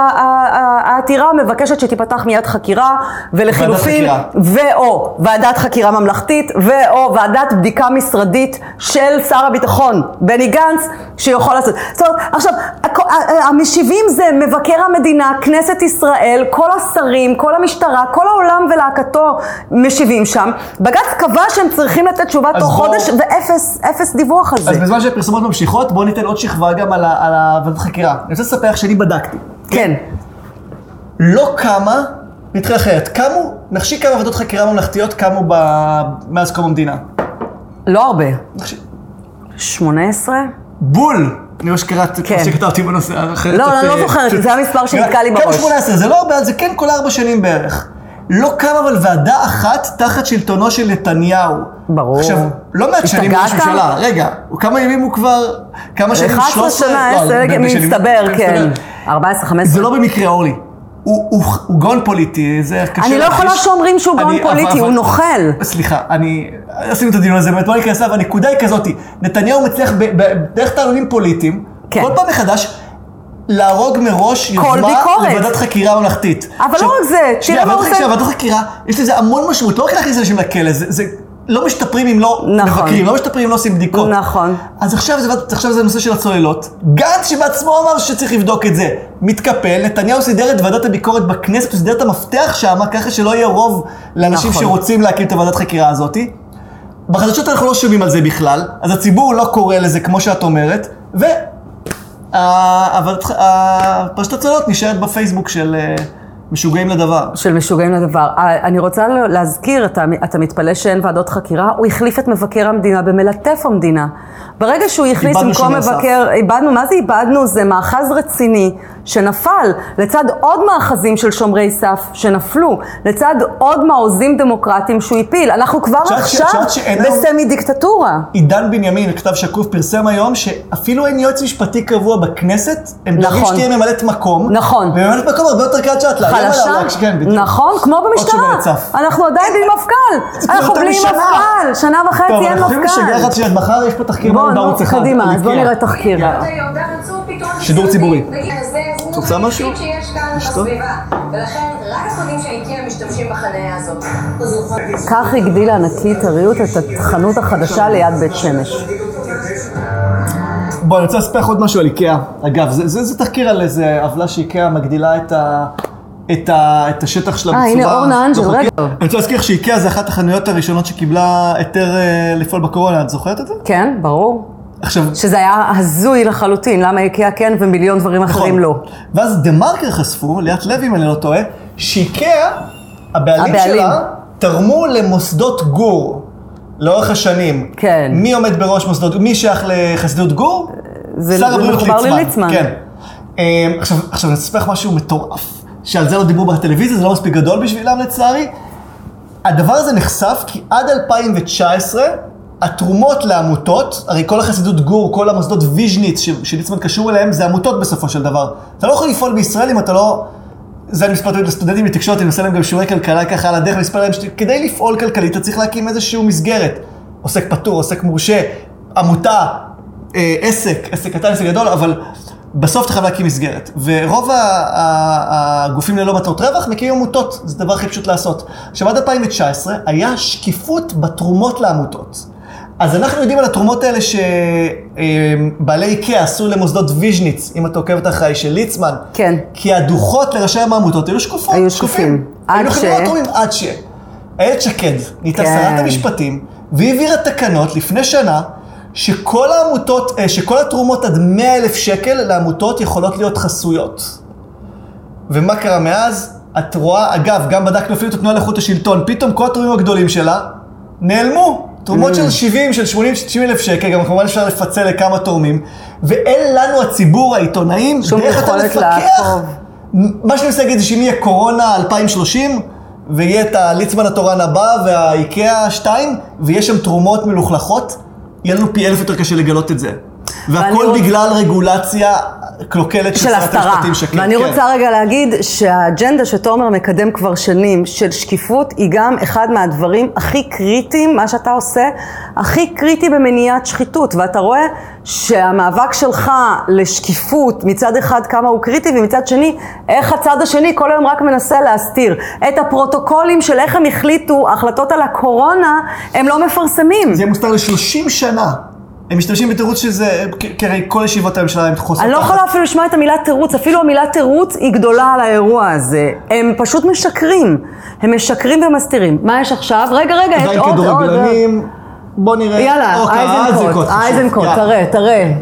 העתירה מבקשת שתיפתח מיד חקירה, ולחילופין, ואו ועדת חקירה ממלכתית, ואו ועדת בדיקה משרדית של שר הביטחון, בני גנץ, שיכול לעשות. זאת אומרת, עכשיו, המשיבים זה מבקר המדינה, כנסת ישראל, כל השרים, כל המשטרה, כל העולם ולהקתו משיבים שם. בג"ץ קבע שהם צריכים לתת תשובה תוך חודש, ואפס, אפס דיווח על זה. אז בזמן שהפרסומות ממשיכות, בואו ניתן עוד שכבה גם על הוועדת חקירה. אני רוצה לספר שאני בדקתי. כן. לא כמה, נתחיל אחרת, קמו, נחשי כמה ועדות חקירה ממלכתיות קמו מאז קום המדינה. לא הרבה. שמונה עשרה? בול! אני ממש קראתי, כמו שכתבתי בנושא אחרת. לא, אני לא זוכרת, זה המספר שנתקע לי בראש. כמה שמונה עשרה, זה לא הרבה, זה כן כל ארבע שנים בערך. לא קמה אבל ועדה אחת תחת שלטונו של נתניהו. ברור. עכשיו, לא מעט שנים ראש ממשלה, רגע, כמה ימים הוא כבר, כמה שנים? אחת עשרה שנה, עשר, מצטבר, כן. ארבע עשרה, חמש עשרה. זה לא במקרה, אורלי. הוא, הוא, הוא גאון פוליטי, זה קשה אני לא להרגיש. יכולה שאומרים שהוא גאון פוליטי, הוא נוכל. סליחה, אני... עשינו את הדיון הזה, באמת, בוא ניכנס לה, והנקודה היא כזאת, נתניהו מצליח בדרך תעלולים פוליטיים, כן. כל פעם מחדש, להרוג מראש יוזמה לוועדת חקירה ממלכתית. אבל לא רק זה, שנייה, ועדת חקירה, יש לזה המון משמעות, לא רק להכניס אנשים לכלא, זה לא משתפרים אם לא מבקרים, לא משתפרים אם לא עושים בדיקות. נכון. אז עכשיו זה הנושא של הצוללות. גנץ שבעצמו אמר שצריך לבדוק את זה. מתקפל, נתניהו סידר את ועדת הביקורת בכנסת, הוא סידר את המפתח שם, ככה שלא יהיה רוב לאנשים שרוצים להקים את הוועדת חקירה הזאת. בחדשות אנחנו לא שומעים על זה בכלל, אז הציבור לא קורא לזה כמו שאת אומרת, ו... הפרשת הצוללות נשארת בפייסבוק של משוגעים לדבר. של משוגעים לדבר. אני רוצה להזכיר, אתה, אתה מתפלא שאין ועדות חקירה, הוא החליף את מבקר המדינה במלטף המדינה. ברגע שהוא הכניס במקום מבקר, איבדנו, מה זה איבדנו? זה מאחז רציני שנפל, לצד עוד מאחזים של שומרי סף שנפלו, לצד עוד מעוזים דמוקרטיים שהוא הפיל. אנחנו כבר עכשיו בסמי דיקטטורה. עידן בנימין, כתב שקוף, פרסם היום שאפילו אין יועץ משפטי קבוע בכנסת, הם דברים שתהיה ממלאת מקום. נכון. וממלאת מקום הרבה יותר קל שאת לה. חלשה? נכון, כמו במשטרה. אנחנו עדיין בלי מפכ"ל. אנחנו בלי מפכ"ל. שנה וחצי אין מפכ"ל. טוב, אנחנו חושבים שגרחת שאת מחר יש פה תחקיר בערוץ אחד. קדימה, אז בואו נראה תחקיר. שידור ציבורי. רוצה משהו? ולכן רק החולים שהאיקאה משתמשים בחניה הזאת. כך הגדילה ענקית הריהוט את החנות החדשה ליד בית שמש. בוא, אני רוצה לספר עוד משהו על איקאה. אגב, זה, זה, זה תחקיר על איזה עוולה שאיקאה מגדילה את, ה, את, ה, את השטח שלה בצורה... אה, הנה אורנה אנג'ל, רגע. אני רוצה להזכיר שאיקאה זה אחת החנויות הראשונות שקיבלה היתר לפעול בקורונה. את זוכרת את זה? כן, ברור. עכשיו... שזה היה הזוי לחלוטין, למה איקאה כן ומיליון דברים נכון. אחרים לא. ואז דה מרקר חשפו, ליאת לוי אם אני לא טועה, שאיקאה, הבעלים, הבעלים שלה, תרמו למוסדות גור לאורך השנים. כן. מי עומד בראש מוסדות, מי שייך לחסידות גור? זה, זה מחובר לליצמן. כן. עכשיו, עכשיו נספר משהו מטורף, שעל זה לא דיברו בטלוויזיה, זה לא מספיק גדול בשבילם לצערי. הדבר הזה נחשף כי עד אלפיים תשע עשרה, התרומות לעמותות, הרי כל החסידות גור, כל המוסדות ויז'ניץ שליצמן קשור אליהם, זה עמותות בסופו של דבר. אתה לא יכול לפעול בישראל אם אתה לא... זה אני מספר לסטודנטים לתקשורת, אני עושה להם גם שיעורי כלכלה ככה על הדרך, מספר להם שכדי לפעול כלכלית, אתה צריך להקים איזשהו מסגרת. עוסק פטור, עוסק מורשה, עמותה, אה, עסק, עסק קטן, עסק גדול, אבל בסוף אתה חייב להקים מסגרת. ורוב הגופים ללא מטרות רווח מקימים עמותות, זה דבר הכי פשוט לעשות. עכשיו עד אלפיים תשע עשרה היה שקיפות בתרומות לעמותות. אז אנחנו יודעים על התרומות האלה שבעלי איקאה עשו למוסדות ויז'ניץ, אם אתה עוקבת אחרי של ליצמן. כן. כי הדוחות לראשי העמותות היו שקופות. היו שקופים. עד ש... עד ש... איילת שקד נהייתה שרת המשפטים, והיא העבירה תקנות לפני שנה, שכל העמותות, שכל התרומות עד מאה אלף שקל לעמותות יכולות להיות חסויות. ומה קרה מאז? את רואה, אגב, גם בדקנו אפילו את התנועה לאיכות השלטון, פתאום כל התרומים הגדולים שלה נעלמו. תרומות של שבעים, של שמונים, של תשעים אלף שקל, גם כמובן אפשר לפצל לכמה תורמים, ואין לנו הציבור, העיתונאים, דרך אתה לפקח. מה שאני רוצה להגיד זה שאם יהיה קורונה אלפיים שלושים, ויהיה את הליצמן התורן הבא והאיקאה שתיים, ויש שם תרומות מלוכלכות, יהיה לנו פי אלף יותר קשה לגלות את זה. והכל בגלל רגולציה קלוקלת של שרת המשפטים שקד. ואני רוצה רגע להגיד שהאג'נדה שתומר מקדם כבר שנים של שקיפות היא גם אחד מהדברים הכי קריטיים, מה שאתה עושה, הכי קריטי במניעת שחיתות. ואתה רואה שהמאבק שלך לשקיפות מצד אחד כמה הוא קריטי, ומצד שני, איך הצד השני כל היום רק מנסה להסתיר. את הפרוטוקולים של איך הם החליטו, החלטות על הקורונה, הם לא מפרסמים. זה מוסתר ל-שלושים שנה. הם משתמשים בתירוץ שזה, כי הרי כל ישיבות הממשלה הם חוסר. אני לא יכולה אפילו לשמוע את המילה תירוץ, אפילו המילה תירוץ היא גדולה על האירוע הזה. הם פשוט משקרים, הם משקרים ומסתירים. מה יש עכשיו? רגע, רגע, יש עוד, עוד. כדורגלנים, בוא נראה. יאללה, אייזנקוט, אייזנקוט, תראה, תראה.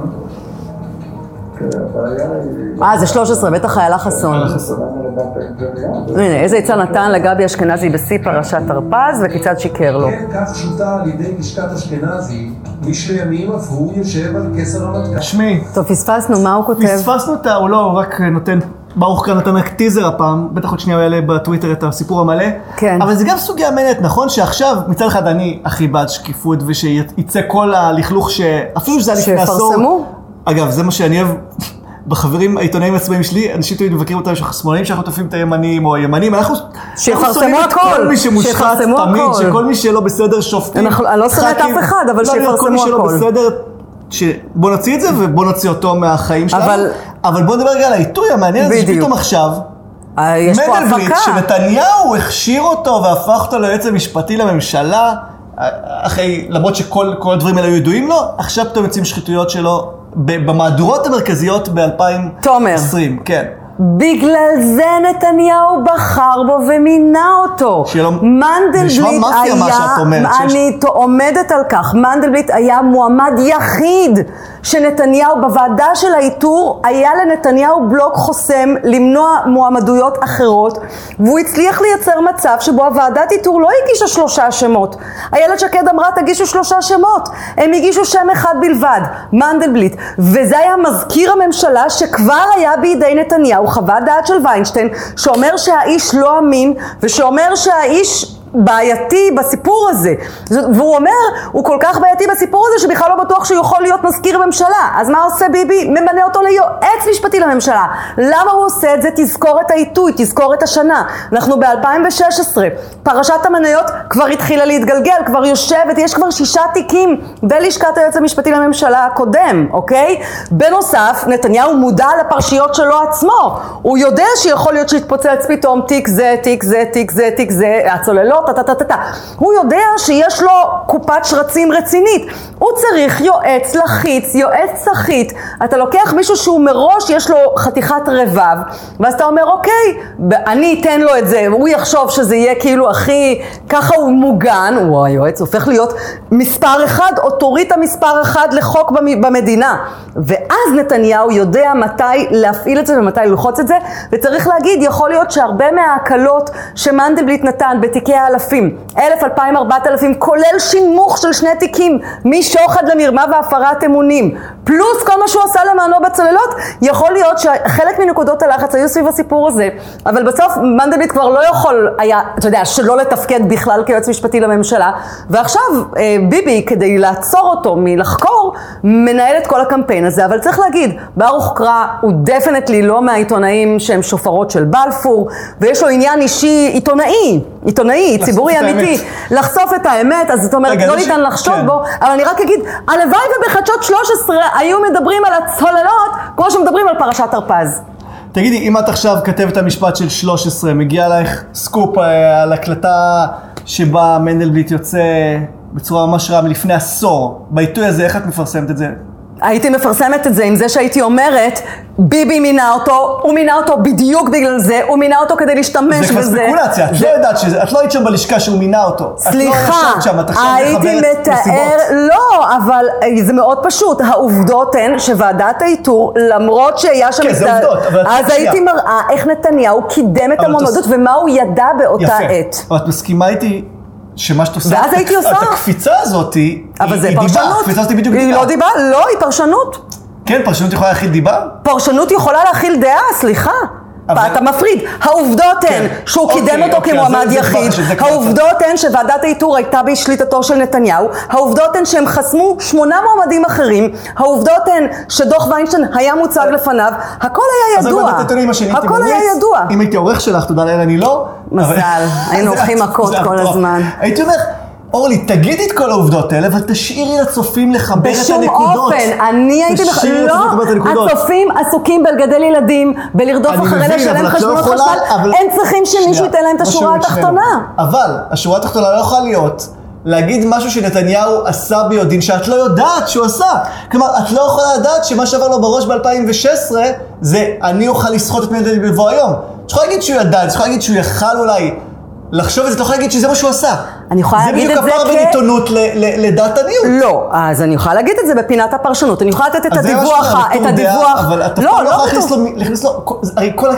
אה, זה שלוש עשרה, בטח איילה חסון. הנה, איזה עצה נתן לגבי אשכנזי בשיא פרשת הרפז, וכיצד שיקר לו. כן, כך פשוטה על ידי לשכת אשכנזי, משלימים אף הוא יושב על כסר המתקן. שמי. טוב, פספסנו, מה הוא כותב? פספסנו אותה, הוא לא, הוא רק נותן, ברוך כאן נתן רק טיזר הפעם, בטח עוד שנייה הוא יעלה בטוויטר את הסיפור המלא. כן. אבל זה גם סוגיה מעניינת, נכון? שעכשיו, מצד אחד אני הכי בעד שקיפות, ושיצא כל הלכלוך ש... אפילו שזה היה לפני עשור. שפרסמו? אגב, זה מה שאני אוהב, בחברים העיתונאים העצמאים שלי, אנשים תמיד מבקרים אותם שאנחנו שמאלנים, שאנחנו תופעים את הימנים או הימנים, אנחנו שיפרסמו הכל, כל מי שמושחת תמיד, שכל מי שלא בסדר שופטים. אני לא שונאת אף אחד, אבל שיפרסמו הכל. כל מי שלא בסדר, בוא נוציא את זה ובוא נוציא אותו מהחיים שלנו. אבל בוא נדבר רגע על העיתוי המעניין הזה שפתאום עכשיו, מנדלבליט, שנתניהו הכשיר אותו והפך אותו ליועץ המשפטי לממשלה, אחרי, למרות שכל הדברים האלה ידועים לו, עכשיו פתאום יוצאים שחיתויות שלו במהדורות המרכזיות ב-אלפיים ועשרים. תומר. כן. בגלל זה נתניהו בחר בו ומינה אותו. מנדלבליט היה, אני עומדת על כך, מנדלבליט היה מועמד יחיד שנתניהו, בוועדה של האיתור, היה לנתניהו בלוק חוסם למנוע מועמדויות אחרות, והוא הצליח לייצר מצב שבו הוועדת איתור לא הגישה שלושה שמות. איילת שקד אמרה, תגישו שלושה שמות. הם הגישו שם אחד בלבד, מנדלבליט. וזה היה מזכיר הממשלה שכבר היה בידי נתניהו, חוות דעת של ויינשטיין, שאומר שהאיש לא אמין, ושאומר שהאיש בעייתי בסיפור הזה. והוא אומר, הוא כל כך בעייתי בסיפור הזה שבכלל לא בטוח שהוא יכול להיות מזכיר ממשלה. אז מה עושה ביבי? ממנה אותו ליועץ משפטי לממשלה. למה הוא עושה את זה? תזכור את העיתוי, תזכור את השנה. אנחנו ב-אלפיים ושש עשרה. פרשת המניות כבר התחילה להתגלגל, כבר יושבת, יש כבר שישה תיקים בלשכת היועץ המשפטי לממשלה הקודם, אוקיי? בנוסף, נתניהו מודע לפרשיות שלו עצמו. הוא יודע שיכול להיות שיתפוצץ פתאום תיק זה, תיק זה, תיק זה, תיק זה, הצוללות, טה-טה-טה-טה. הוא יודע שיש לו קופת שרצים רצינית. הוא צריך יועץ לחיץ, יועץ סחיט. אתה לוקח מישהו שהוא מראש, יש לו חתיכת רבב, ואז אתה אומר, אוקיי, אני אתן לו את זה, הוא יחשוב שזה יהיה כאילו הכי, ככה הוא מוגן, הוא היועץ, הופך להיות מספר אחד, אוטוריטה מספר אחד לחוק במדינה. ואז נתניהו יודע מתי להפעיל את זה ומתי ללחוץ את זה, וצריך להגיד, יכול להיות שהרבה מההקלות שמנדלבליט נתן בתיקי האלפים, אלף, אלפיים, ארבעת אלפים, כולל שינמוך של שני תיקים, משוחד למרמה והפרת אמונים, פלוס כל מה שהוא עשה למענו בצוללות, יכול להיות שחלק מנקודות הלחץ היו סביב הסיפור הזה, אבל בסוף מנדלבליט כבר לא יכול היה, אתה יודע, שלא לתפקד בכלל כיועץ משפטי לממשלה, ועכשיו ביבי, כדי לעצור אותו מלחקור, מנהל את כל הקמפיין הזה, אבל צריך להגיד, ברוך קרא הוא דפנטלי לא מהעיתונאים שהם שופרות של בלפור, ויש לו עניין אישי עיתונאי, עיתונאי, ציבורי אמיתי, לחשוף את האמת, אז זאת אומרת, לא ניתן לחשוב בו, אבל אני רק אגיד, הלוואי ובחדשות שלוש עשרה היו מדברים על הצוללות, כמו שמדברים על פרשת הרפז. תגידי, אם את עכשיו כתבת המשפט של שלוש עשרה, מגיע לך סקופ על הקלטה שבה מנדלבליט יוצא בצורה ממש רעה מלפני עשור, בעיתוי הזה, איך את מפרסמת את זה? הייתי מפרסמת את זה עם זה שהייתי אומרת, ביבי מינה אותו, הוא מינה אותו בדיוק בגלל זה, הוא מינה אותו כדי להשתמש בזה. זה כבר ספקולציה, את לא יודעת שזה, את לא היית שם בלשכה שהוא מינה אותו. סליחה, הייתי מתאר, לא, אבל זה מאוד פשוט, העובדות הן שוועדת האיתור, למרות שהיה שם... כן, זה עובדות, אבל... אז הייתי מראה איך נתניהו קידם את המועמדות ומה הוא ידע באותה עת. אבל את מסכימה איתי... שמה שאת עושה, ואז הייתי עושה. את הקפיצה הזאת היא אבל זה דיבה, פרשנות. הקפיצה הזאת היא בדיוק היא דיבה. לא דיבה, לא, היא פרשנות. כן, פרשנות יכולה להכיל דיבה? פרשנות יכולה להכיל דעה, סליחה. אתה מפריד. העובדות הן שהוא קידם אותו כמועמד יחיד. העובדות הן שוועדת האיתור הייתה בשליטתו של נתניהו. העובדות הן שהם חסמו שמונה מועמדים אחרים. העובדות הן שדוח ויינשטיין היה מוצג לפניו. הכל היה ידוע. הכל היה ידוע. אם הייתי עורך שלך, תודה לאל, אני לא. מזל, היינו הולכים מכות כל הזמן. הייתי אומר, אורלי, תגידי את כל העובדות האלה, אבל תשאירי לצופים לחבר את הנקודות. בשום אופן, אני הייתי... לא, הצופים עסוקים בלגדל ילדים, בלרדוף אחרי לשלם חשבונות חשמל, הם צריכים שמישהו ייתן להם את השורה התחתונה. אבל השורה התחתונה לא יכולה להיות להגיד משהו שנתניהו עשה ביודעין שאת לא יודעת שהוא עשה. כלומר, את לא יכולה לדעת שמה שעבר לו בראש ב-אלפיים ושש עשרה זה אני אוכל לסחוט את מנדלבליט בבוא היום. את יכולה להגיד שהוא ידע, את יכולה להגיד שהוא יכל אולי לחשוב את זה, אתה יכול להגיד שזה מה שהוא עשה. אני יכולה להגיד את זה כ... זה בדיוק הפער בין עיתונות לדעת עניות. לא, אז אני יכולה להגיד את זה בפינת הפרשנות. אני יכולה לתת את הדיווח, את הדיווח... אבל אתה לא יכולה להכניס לו... הרי כל...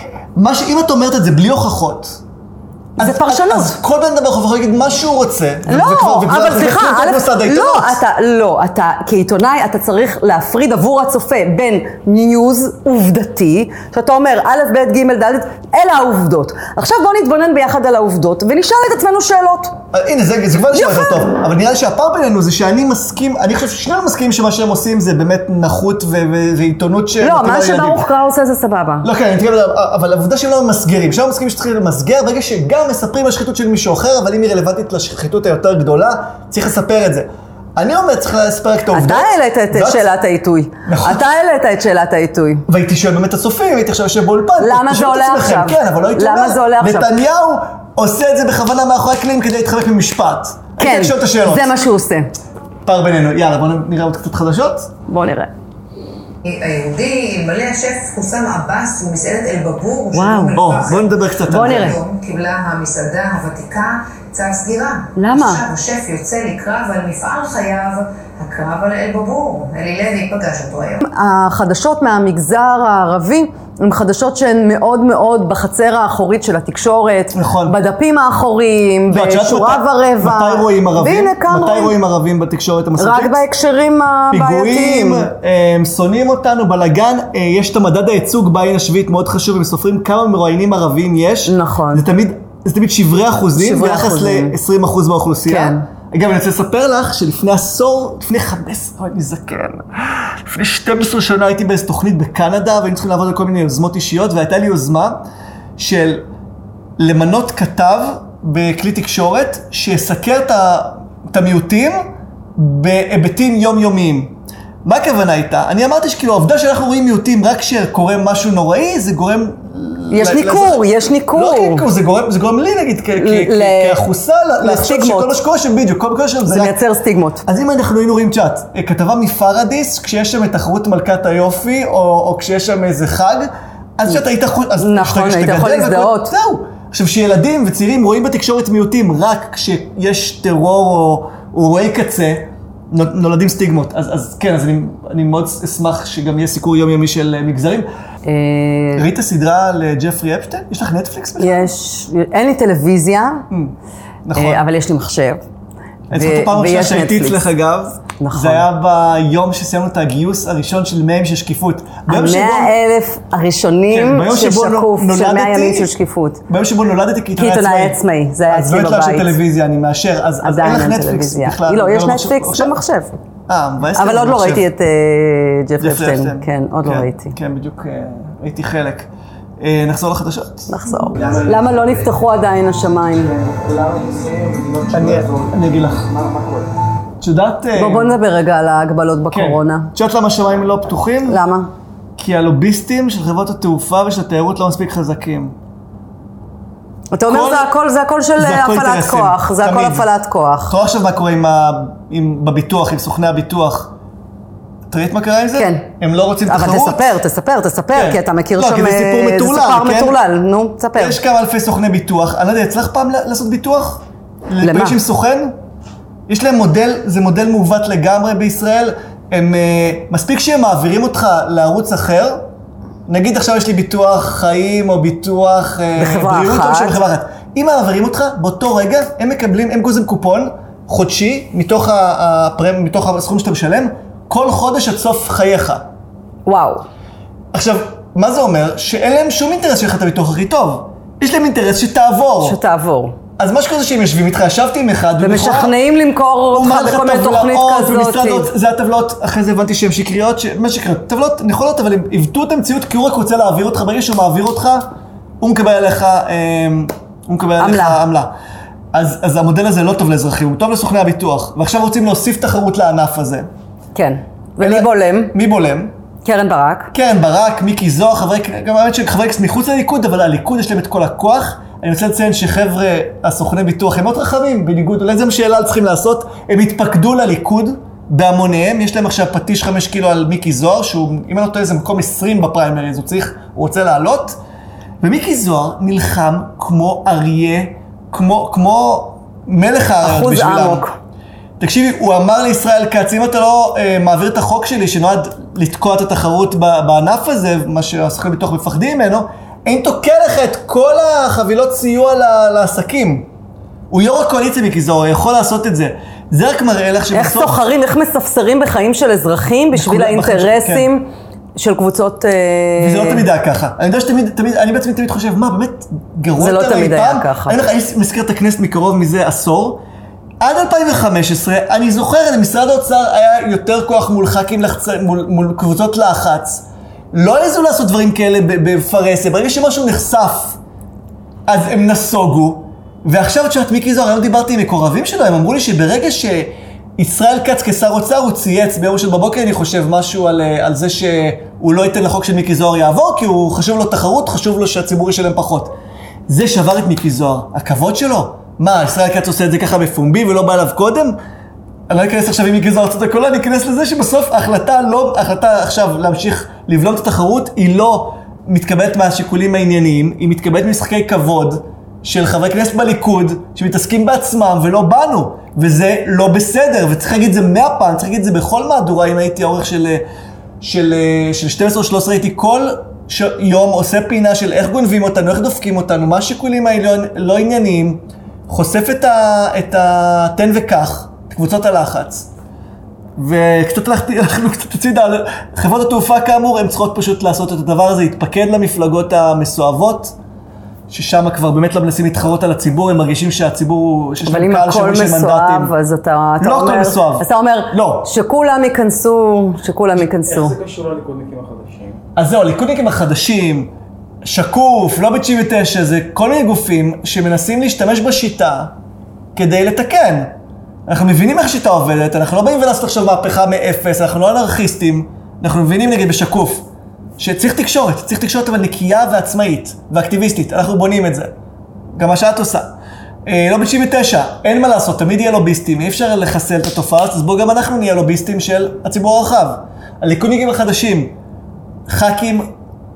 אם את אומרת את זה בלי הוכחות... זה פרשנות. אז כל בן דבר יכול להגיד מה שהוא רוצה. לא, אבל סליחה, לא, אתה, לא, אתה כעיתונאי, אתה צריך להפריד עבור הצופה בין ניוז עובדתי, שאתה אומר א', ב', ג', ד', אלה העובדות. עכשיו בוא נתבונן ביחד על העובדות, ונשאל את עצמנו שאלות. הנה, זה, זה כבר נשמע יותר טוב, אבל נראה לי שהפער בינינו זה שאני מסכים, אני חושב ששנינו מסכימים שמה שהם עושים זה באמת נחות ו- ו- ועיתונות ש... לא, מה שברוך קרא עושה זה סבבה. לא, כן, אני מתכוון, אבל העובדה שהם לא מסגרים, שם מסכימים שצריכים למסגר, ברגע שגם מספרים על שחיתות של מישהו אחר, אבל אם היא רלוונטית לשחיתות היותר גדולה, צריך לספר את זה. אני אומר, צריך לספר רק את העובדות. אתה העלית את שאלת העיתוי. נכון. אתה העלית את שאלת העיתוי. והייתי שואל באמת הצופים, הייתי עכשיו יושב באולפן. למה זה עולה עכשיו? כן, אבל לא הייתי אומר. למה זה עולה עכשיו? נתניהו עושה את זה בכוונה מאחורי הקלעים כדי להתחמק ממשפט. כן, הייתי לשאול את השאלות. זה מה שהוא עושה. פער בינינו. יאללה, בואו נראה עוד קצת חדשות. בואו נראה. היהודי, אלמלא השף חוסם עבאס ומסעדת אל-בבור, וואו. בואו נדבר קצת על זה. בואו נראה. קיבלה המסעדה הוותיקה צו סגירה. למה? עכשיו השף יוצא לקרב על מפעל חייו, הקרב על אל-בבור. אלי לוי פגש אותו היום. החדשות מהמגזר הערבי הן חדשות שהן מאוד מאוד בחצר האחורית של התקשורת, נכון. בדפים האחוריים, בשורה ורבע. מתי רואים ערבים? והנה כאן מתי רואים ערבים בתקשורת המסורתית? רק בהקשרים הבעייתיים. פיגועים, הם שונאים אותנו, בלגן, יש את המדד הייצוג בעין השביעית, מאוד חשוב, הם סופרים כמה מרואיינים ערבים יש. נכון. זה תמיד, זה תמיד שברי אחוזים, שברי ביחס אחוזים. ל-עשרים אחוז מהאוכלוסייה. כן. אגב, אני רוצה לספר לך שלפני עשור, לפני חמש עשרה, אני זקן, לפני שתים עשרה שנה הייתי באיזו תוכנית בקנדה, והיינו צריכים לעבוד על כל מיני יוזמות אישיות, והייתה לי יוזמה של למנות כתב בכלי תקשורת, שיסקר את המיעוטים בהיבטים יומיומיים. מה הכוונה הייתה? אני אמרתי שכאילו, העובדה שאנחנו רואים מיעוטים רק כשקורה משהו נוראי, זה גורם... יש ניכור, יש ניכור. לא ניכור, זה גורם, זה גורם לי נגיד, כאחוסה, לחשוב שכל מה שקורה שם בדיוק, כל מה שקורה שם זה מייצר סטיגמות. אז אם אנחנו היינו רואים צ'אט, כתבה מפרדיס, כשיש שם את תחרות מלכת היופי, או כשיש שם איזה חג, אז שאתה היית יכול... נכון, היית יכול להזדהות. זהו. עכשיו, שילדים וצעירים רואים בתקשורת מיעוטים רק כשיש טרור או אירועי קצה, נולדים סטיגמות. אז, אז כן, אז אני, אני מאוד אשמח שגם יהיה סיקור יומיומי של מגזרים. ראית סדרה לג'פרי אפשטיין? יש לך נטפליקס בכלל? יש, אין לי טלוויזיה, נכון. אבל יש לי מחשב. אני זוכר את הפעם הראשונה שהייתי אצלך אגב, זה היה ביום שסיימנו את הגיוס הראשון של מאה ימים של שקיפות. המאה אלף הראשונים ששקוף, של מאה ימים של שקיפות. ביום שבו נולדתי כעיתונאי עצמאי. כעיתונאי עצמאי, זה היה אצלי בבית. אז לא התחלה של טלוויזיה, אני מאשר, אז אין לך נטפליקס בכלל. לא, יש נטפליקס במחשב. אה, מבאס לי. אבל עוד לא ראיתי את ג'פרי אפשטיין, כן, עוד לא ראיתי. כן, בדיוק ראיתי חלק. נחזור לחדשות? נחזור. למה לא נפתחו עדיין השמיים? אני אגיד לך. את יודעת... בוא נדבר רגע על ההגבלות בקורונה. את יודעת למה השמיים לא פתוחים? למה? כי הלוביסטים של חברות התעופה ושל התיירות לא מספיק חזקים. אתה אומר זה הכל של הפעלת כוח, זה הכל הפעלת כוח. תראה עכשיו מה קורה בביטוח, עם סוכני הביטוח. תראית מה קרה עם זה? כן. הם לא רוצים תחרות. אבל תספר, תספר, תספר, כי אתה מכיר שם... לא, כי זה סיפור מטורלל, זה סיפור מטורלל, נו, תספר. יש כמה אלפי סוכני ביטוח. אני לא יודע, יצלח פעם לעשות ביטוח? למה? לפעמים עם סוכן? יש להם מודל, זה מודל מעוות לגמרי בישראל. הם, מספיק שהם מעבירים אותך לערוץ אחר, נגיד עכשיו יש לי ביטוח חיים או ביטוח בריאות או בחברה אחת. אם מעבירים אותך, באותו רגע הם מקבלים, הם גוזם קופון חודשי מתוך, הפרם, מתוך הסכום שאתה משלם, כל חודש עד סוף חייך. וואו. עכשיו, מה זה אומר? שאין להם שום אינטרס שלך את הביטוח הכי טוב. יש להם אינטרס שתעבור. שתעבור. אז מה שקורה זה שהם יושבים איתך, ישבתי עם אחד, ומשכנעים למכור אותך בכל מיני תוכנית כזאת. זה הטבלות, אחרי זה הבנתי שהן שקריות, מה שקריות? טבלות נכונות, אבל הם עיוותו את המציאות כי הוא רק רוצה להעביר אותך, ברגע שהוא מעביר אותך, הוא מקבל עליך, הוא מקבל עליך עמלה. אז, אז המודל הזה לא טוב לאזרחים, הוא טוב לסוכני הביטוח, ועכשיו רוצים להוסיף תחרות לענף הזה. כן. ומי בולם? מי בולם? קרן ברק. קרן ברק, מיקי זוהר, חברי, גם האמת שחברי כנסת מחוץ לליכוד, אבל הליכוד יש להם את כל הכוח. אני רוצה לציין שחבר'ה, הסוכני ביטוח, הם מאוד רחבים, בניגוד, אולי זה מה שאלה צריכים לעשות, הם התפקדו לליכוד בהמוניהם, יש להם עכשיו פטיש חמש קילו על מיקי זוהר, שהוא, אם אני לא טועה, זה מקום עשרים בפריימריז, הוא צריך, הוא רוצה לעלות, ומיקי זוהר נלחם כמו אריה, כמו, כמו מלך האריות בשבילם. אחוז עמוק. תקשיבי, הוא אמר לישראל כץ, אם אתה לא אה, מעביר את החוק שלי, שנועד לתקוע את התחרות בענף הזה, מה שהסוכני ביטוח מפחדים ממנו, אין תוקע לך את כל החבילות סיוע לעסקים. הוא יו"ר הקואליציה מיקי זוהר, הוא יכול לעשות את זה. זה רק מראה לך שבסוף... איך סוחרים, איך מספסרים בחיים של אזרחים בשביל האינטרסים של קבוצות... וזה לא תמיד היה ככה. אני יודע שתמיד, תמיד, אני בעצמי תמיד חושב, מה, באמת גרוע יותר אי פעם? זה לא תמיד היה ככה. אני מזכיר את הכנסת מקרוב מזה עשור. עד אלפיים וחמש עשרה, אני זוכר, למשרד האוצר היה יותר כוח מול ח"כים, לחצ... מול, מול קבוצות לחץ. לא העזו לעשות דברים כאלה בפרסיה. ברגע שמשהו נחשף, אז הם נסוגו. ועכשיו, תשעת מיקי זוהר, היום דיברתי עם מקורבים שלו, הם אמרו לי שברגע שישראל כץ כשר אוצר, הוא צייץ ביום של בבוקר, אני חושב משהו על, על זה שהוא לא ייתן לחוק של מיקי זוהר יעבור, כי הוא חשוב לו תחרות, חשוב לו שהציבור ישלם פחות. זה שבר את מיקי זוהר. הכבוד שלו? מה, ישראל כץ עושה את זה ככה בפומבי ולא בא אליו קודם? אני לא אכנס עכשיו עם מיקי זוהר ארצות הקולה, אני אכנס לזה שבסוף ההחלטה לא, ההחלטה עכשיו להמשיך לבלום את התחרות, היא לא מתקבלת מהשיקולים הענייניים, היא מתקבלת משחקי כבוד של חברי כנסת בליכוד, שמתעסקים בעצמם ולא בנו, וזה לא בסדר, וצריך להגיד את זה מאה פעם, צריך להגיד את זה בכל מהדורה, אם הייתי האורך של, של, של שתים עשרה שלוש עשרה, הייתי כל יום עושה פינה של איך גונבים אותנו, איך דופקים אותנו, מה השיקולים האלה לא ענייניים, חושף את ה, את התן וכך, את קבוצות הלחץ. וקצת הלכתי, הלכנו קצת הצידה, חברות התעופה כאמור, הן צריכות פשוט לעשות את הדבר הזה, להתפקד למפלגות המסואבות, ששם כבר באמת לא מנסים להתחרות על הציבור, הם מרגישים שהציבור, שיש אבל אם הכל מסואב, אז אתה, אתה לא אומר, הכל מסואב. אתה אומר, לא. שכולם ייכנסו, שכולם ייכנסו. איך זה קשור לליכודניקים החדשים? אז זהו, הליכודניקים החדשים, שקוף, לא ב-תשעים ותשע, זה כל מיני גופים שמנסים להשתמש בשיטה כדי לתקן. אנחנו מבינים איך השיטה עובדת, אנחנו לא באים ולעשות עכשיו מהפכה מאפס, אנחנו לא אנרכיסטים, אנחנו מבינים נגיד בשקוף, שצריך תקשורת, צריך תקשורת אבל נקייה ועצמאית ואקטיביסטית, אנחנו בונים את זה. גם מה שאת עושה. אה, לא ב-תשעים ותשע, אין מה לעשות, תמיד יהיה לוביסטים, אי אפשר לחסל את התופעה, אז בואו גם אנחנו נהיה לוביסטים של הציבור הרחב. הליכודניקים החדשים, ח"כים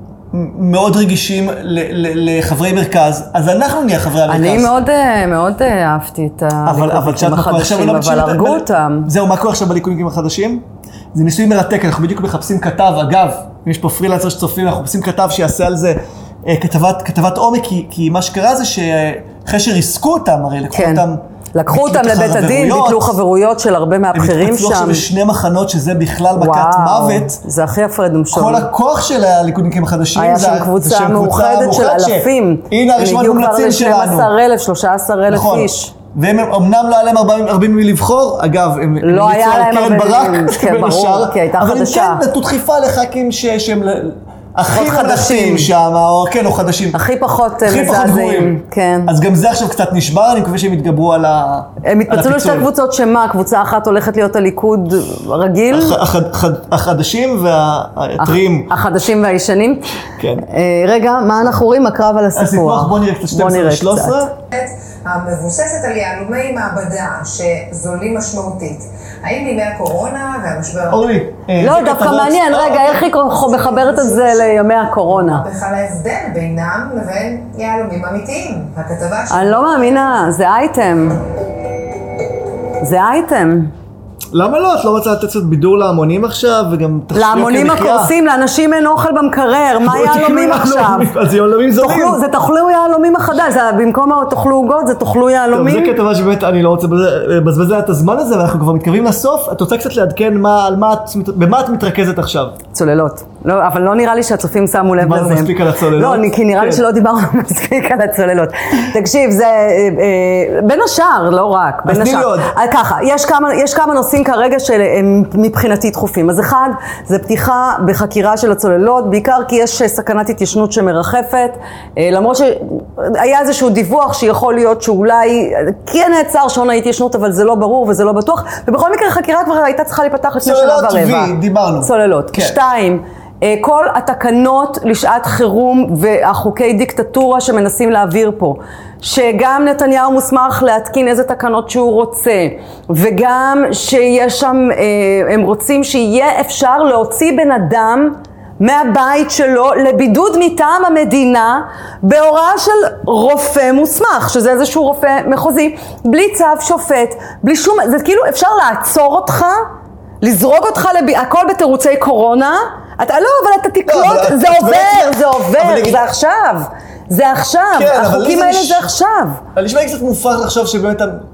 מאוד רגישים לחברי מרכז, אז אנחנו נהיה חברי המרכז. אני מאוד, מאוד אהבתי את הליכודניקים החדשים, אבל הרגו אותם. זהו, מה קורה עכשיו בליכודניקים החדשים? זה ניסוי מרתק, אנחנו בדיוק מחפשים כתב, אגב, אם יש פה פרילנסר שצופים, אנחנו מחפשים כתב שיעשה על זה כתבת, כתבת עומק, כי, כי מה שקרה זה שאחרי שריסקו אותם, הרי לקחו כן. אותם, לקחו אותם לבית הדין, ביטלו חברויות של הרבה מהבחירים שם. הם התפצלו עכשיו בשני מחנות, שזה בכלל מכת מוות. זה הכי הפרד ומשול. כל הכוח של הליכודניקים החדשים, היה שם קבוצה מאוחדת של אלפים. הנה הרשימת מומלצים שלנו. הם הגיעו כבר ל-שנים עשר אלף, שלושה עשר אלף איש. והם אמנם לא היה להם הרבה מלבחור, אגב, הם לא היה להם הרבה מלבחור, כן, ברור, כי הייתה חדשה. אבל הם כן נתנו דחיפה לח"כים שהם הכי חדשים שם, או כן, או חדשים. הכי פחות מזעזעים, כן. אז גם זה עכשיו קצת נשבר, אני מקווה שהם יתגברו על הפיצול. הם התפצלו לשתי קבוצות שמה? קבוצה אחת הולכת להיות הליכוד רגיל? החדשים והטריים. החדשים והישנים? כן. רגע, מה אנחנו רואים? הקרב על הסיפוח. הסיפוח, בוא נראה קצת שתים עשרה שלוש עשרה. המבוססת על יהלומי מעבדה שזולים משמעותית. האם בימי הקורונה והמשבר... אורלי. לא, דווקא מעניין, רגע, איך היא מחברת את זה לימי הקורונה? בכלל ההבדל בינם לבין יהלומים אמיתיים. הכתבה ש... אני לא מאמינה, זה אייטם. זה אייטם. למה לא? את לא רוצה לתת קצת בידור להמונים עכשיו, וגם תחשבי להמונים הקורסים, לאנשים אין אוכל במקרר, מה יהלומים עכשיו? אז יהלומים זולים. זה תאכלו יהלומים החדש, במקום תאכלו עוגות, זה תאכלו יהלומים. זה כתבה שבאמת אני לא רוצה לבזבז את הזמן הזה, ואנחנו כבר מתקרבים לסוף. את רוצה קצת לעדכן במה את מתרכזת עכשיו? צוללות. אבל לא נראה לי שהצופים שמו לב לזה. דיברנו מספיק על הצוללות? לא, כי נראה לי שלא דיברנו מספיק על הצוללות. תקשיב, זה בין השאר, לא רק, בין השאר. ככה, יש כמה נושאים כרגע שהם מבחינתי דחופים. אז אחד, זה פתיחה בחקירה של הצוללות, בעיקר כי יש סכנת התיישנות שמרחפת, למרות שהיה איזשהו דיווח שיכול להיות שאולי, כן נעצר שעון ההתיישנות, אבל זה לא ברור וזה לא בטוח, ובכל מקרה חקירה כבר הייתה צריכה להיפתח לפני שנה ורבע. צוללות וי, דיברנו. צוללות. שתיים, כל התקנות לשעת חירום והחוקי דיקטטורה שמנסים להעביר פה, שגם נתניהו מוסמך להתקין איזה תקנות שהוא רוצה, וגם שיש שם, הם רוצים שיהיה אפשר להוציא בן אדם מהבית שלו לבידוד מטעם המדינה בהוראה של רופא מוסמך, שזה איזשהו רופא מחוזי, בלי צו שופט, בלי שום, זה כאילו אפשר לעצור אותך, לזרוג אותך, לב... הכל בתירוצי קורונה, אתה לא, אבל אתה תקלוט, לא, זה את עובר, את... זה עובר, זה נגיד... עכשיו, זה עכשיו, כן, החוקים האלה זה, זה עכשיו. אני נשמע קצת מופרך לחשוב שבאמת,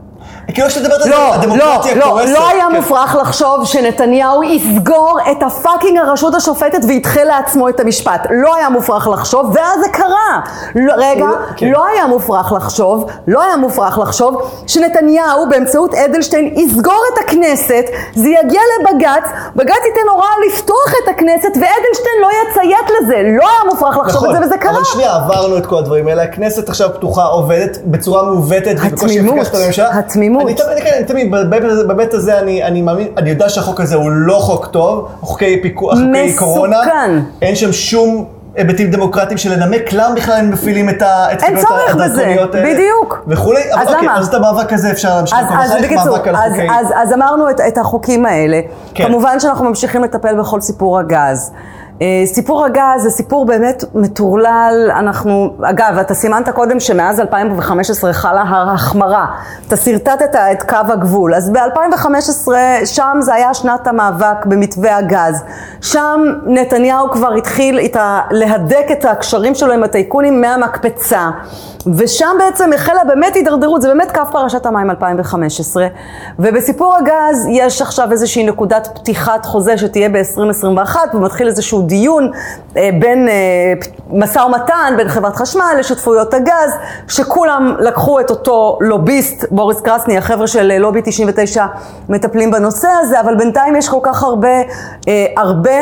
כאילו שאתה מדברת על לא, הדמוקרטיה לא, קורסת. לא היה כן. מופרך לחשוב שנתניהו יסגור את הפאקינג הרשות השופטת וידחה לעצמו את המשפט. לא היה מופרך לחשוב, ואז זה קרה. לא, רגע, כן. לא היה מופרך לחשוב, לא היה מופרך לחשוב שנתניהו באמצעות אדלשטיין יסגור את הכנסת, זה יגיע לבגץ, בגץ ייתן הוראה לפתוח את הכנסת, ואדלשטיין לא יציית לזה. לא היה מופרך לחשוב נכון, את זה, וזה קרה. אבל שנייה, עברנו את כל הדברים האלה. הכנסת עכשיו פתוחה, עובדת בצורה מעוותת, התמימות, התמימות. אני תמיד, אני תמיד, בבית הזה אני, אני מאמין, אני יודע שהחוק הזה הוא לא חוק טוב, חוקי פיקוח, חוקי קורונה, אין שם שום היבטים דמוקרטיים של לנמק, למה בכלל הם מפעילים את התקנות הדרקוניות האלה. בדיוק. וכולי, אבל אז אוקיי, למה? אז את המאבק הזה אפשר להמשיך, אז, אז בקיצור, אז, אז, אז אמרנו את, את החוקים האלה. כן. כמובן שאנחנו ממשיכים לטפל בכל סיפור הגז. סיפור הגז זה סיפור באמת מטורלל. אנחנו, אגב, אתה סימנת קודם שמאז אלפיים וחמש עשרה חלה החמרה, אתה סרטטת את קו הגבול, אז ב-אלפיים וחמש עשרה שם זה היה שנת המאבק במתווה הגז, שם נתניהו כבר התחיל איתה להדק את הקשרים שלו עם הטייקונים מהמקפצה, ושם בעצם החלה באמת הידרדרות, זה באמת קו פרשת המים אלפיים וחמש עשרה, ובסיפור הגז יש עכשיו איזושהי נקודת פתיחת חוזה שתהיה ב-עשרים עשרים ואחת, ומתחיל איזשהו דיון אה, בין אה, משא ומתן, בין חברת חשמל לשותפויות הגז, שכולם לקחו את אותו לוביסט, בוריס קרסני, החבר'ה של לובי תשעים ותשע מטפלים בנושא הזה, אבל בינתיים יש כל כך הרבה, אה, הרבה